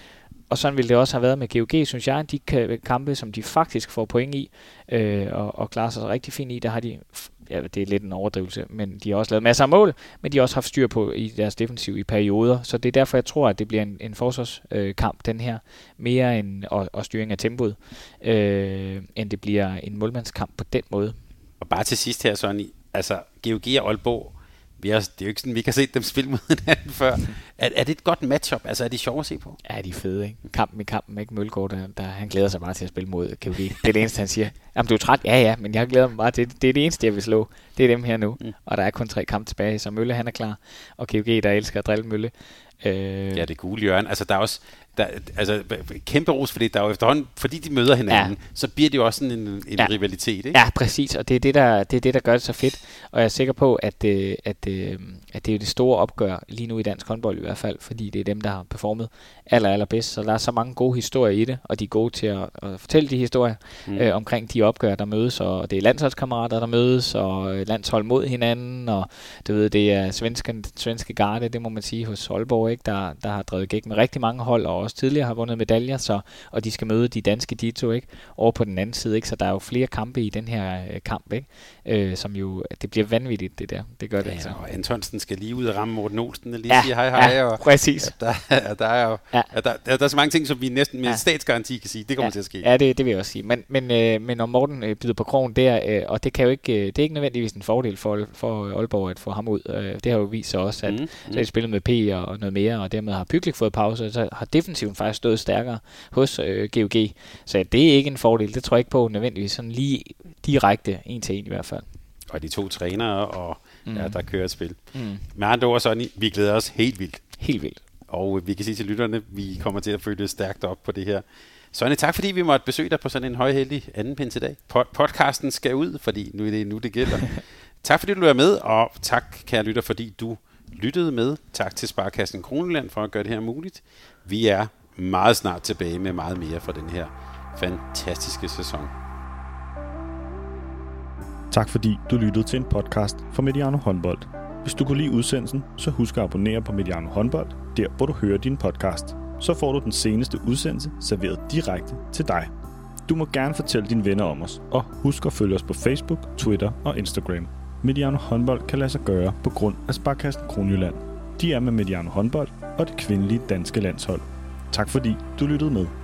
Og sådan ville det også have været med GOG, synes jeg. De kampe, som de faktisk får point i, og klarer sig rigtig fint i, der har de, ja, det er lidt en overdrivelse, men de har også lavet masser af mål, men de har også haft styr på i deres defensiv i perioder. Så det er derfor, jeg tror, at det bliver en forsvarskamp, den her, mere end og styring af tempoet, end det bliver en målmandskamp på den måde. Og bare til sidst her, Sonny, altså GOG og Aalborg, det er jo ikke sådan, vi kan se dem spille mod hinanden før. Er det et godt matchup? Altså, er de sjove at se på? Ja, de er fede, ikke? Kampen i kampen, ikke? Mølgaard, han glæder sig bare til at spille mod GOG. Det er det eneste, han siger. Jamen, du er træt? Ja, men jeg glæder mig bare til det. Det er det eneste, jeg vil slå. Det er dem her nu. Og der er kun 3 kampe tilbage, så Mølle, han er klar. Og GOG, der elsker at drille Mølle. Ja, det gule hjørne. Altså, der er også kæmpe ros, fordi der er jo efterhånden, fordi de møder hinanden, så bliver det jo også sådan en rivalitet, ikke? Ja, præcis, og det er det, der gør det så fedt. Og jeg er sikker på, at det er det store opgør lige nu i dansk håndbold i hvert fald, fordi det er dem, der har performet allerbedst. Så der er så mange gode historier i det, og de er gode til at fortælle de historier omkring de opgør, der mødes, og det er landsholdskammerater, der mødes, og landshold mod hinanden, og du ved, det er svenske garde, det må man sige, hos Aalborg, ikke? Der har drevet gæk med rigtig mange hold, og også tidligere har vundet medaljer, og de skal møde de danske dito, ikke? Over på den anden side, ikke? Så der er jo flere kampe i den her kamp, ikke? Som jo, det bliver vanvittigt, det der. Det gør det. Ja, og Antonsen skal lige ud og ramme Morten Olsen og lige sige hej. Og præcis. Der er så mange ting, som vi næsten med statsgaranti kan sige, det kommer til at ske. Ja, det vil jeg også sige. Men når Morten bider på krogen der, og det kan jo ikke, det er ikke nødvendigvis en fordel for Aalborg at få ham ud. Det har jo vist sig også, at så de spillet med P og noget mere, og dermed har Pyklik fået pause, så har defensiven faktisk stået stærkere hos GOG. Så det er ikke en fordel. Det tror jeg ikke på nødvendigvis sådan lige direkte 1-1 i hvert fald. Og de 2 trænere, og der kører et spil. Med andre ord, Sonny, vi glæder os helt vildt. Helt vildt. Og vi kan sige til lytterne, vi kommer til at følge stærkt op på det her. Sonny, tak fordi vi måtte besøge dig på sådan en højheldig anden pinsedag. Podcasten skal ud, fordi nu er det nu, det gælder. Tak fordi du var med, og tak, kære lytter, fordi du lyttede med. Tak til Sparkassen Kronjylland for at gøre det her muligt. Vi er meget snart tilbage med meget mere fra den her fantastiske sæson. Tak fordi du lyttede til en podcast fra Mediano Håndbold. Hvis du kunne lide udsendelsen, så husk at abonnere på Mediano Håndbold, der hvor du hører din podcast. Så får du den seneste udsendelse serveret direkte til dig. Du må gerne fortælle dine venner om os, og husk at følge os på Facebook, Twitter og Instagram. Mediano Håndbold kan lade sig gøre på grund af Sparkassen Kronjylland. De er med Mediano Håndbold og det kvindelige danske landshold. Tak fordi du lyttede med.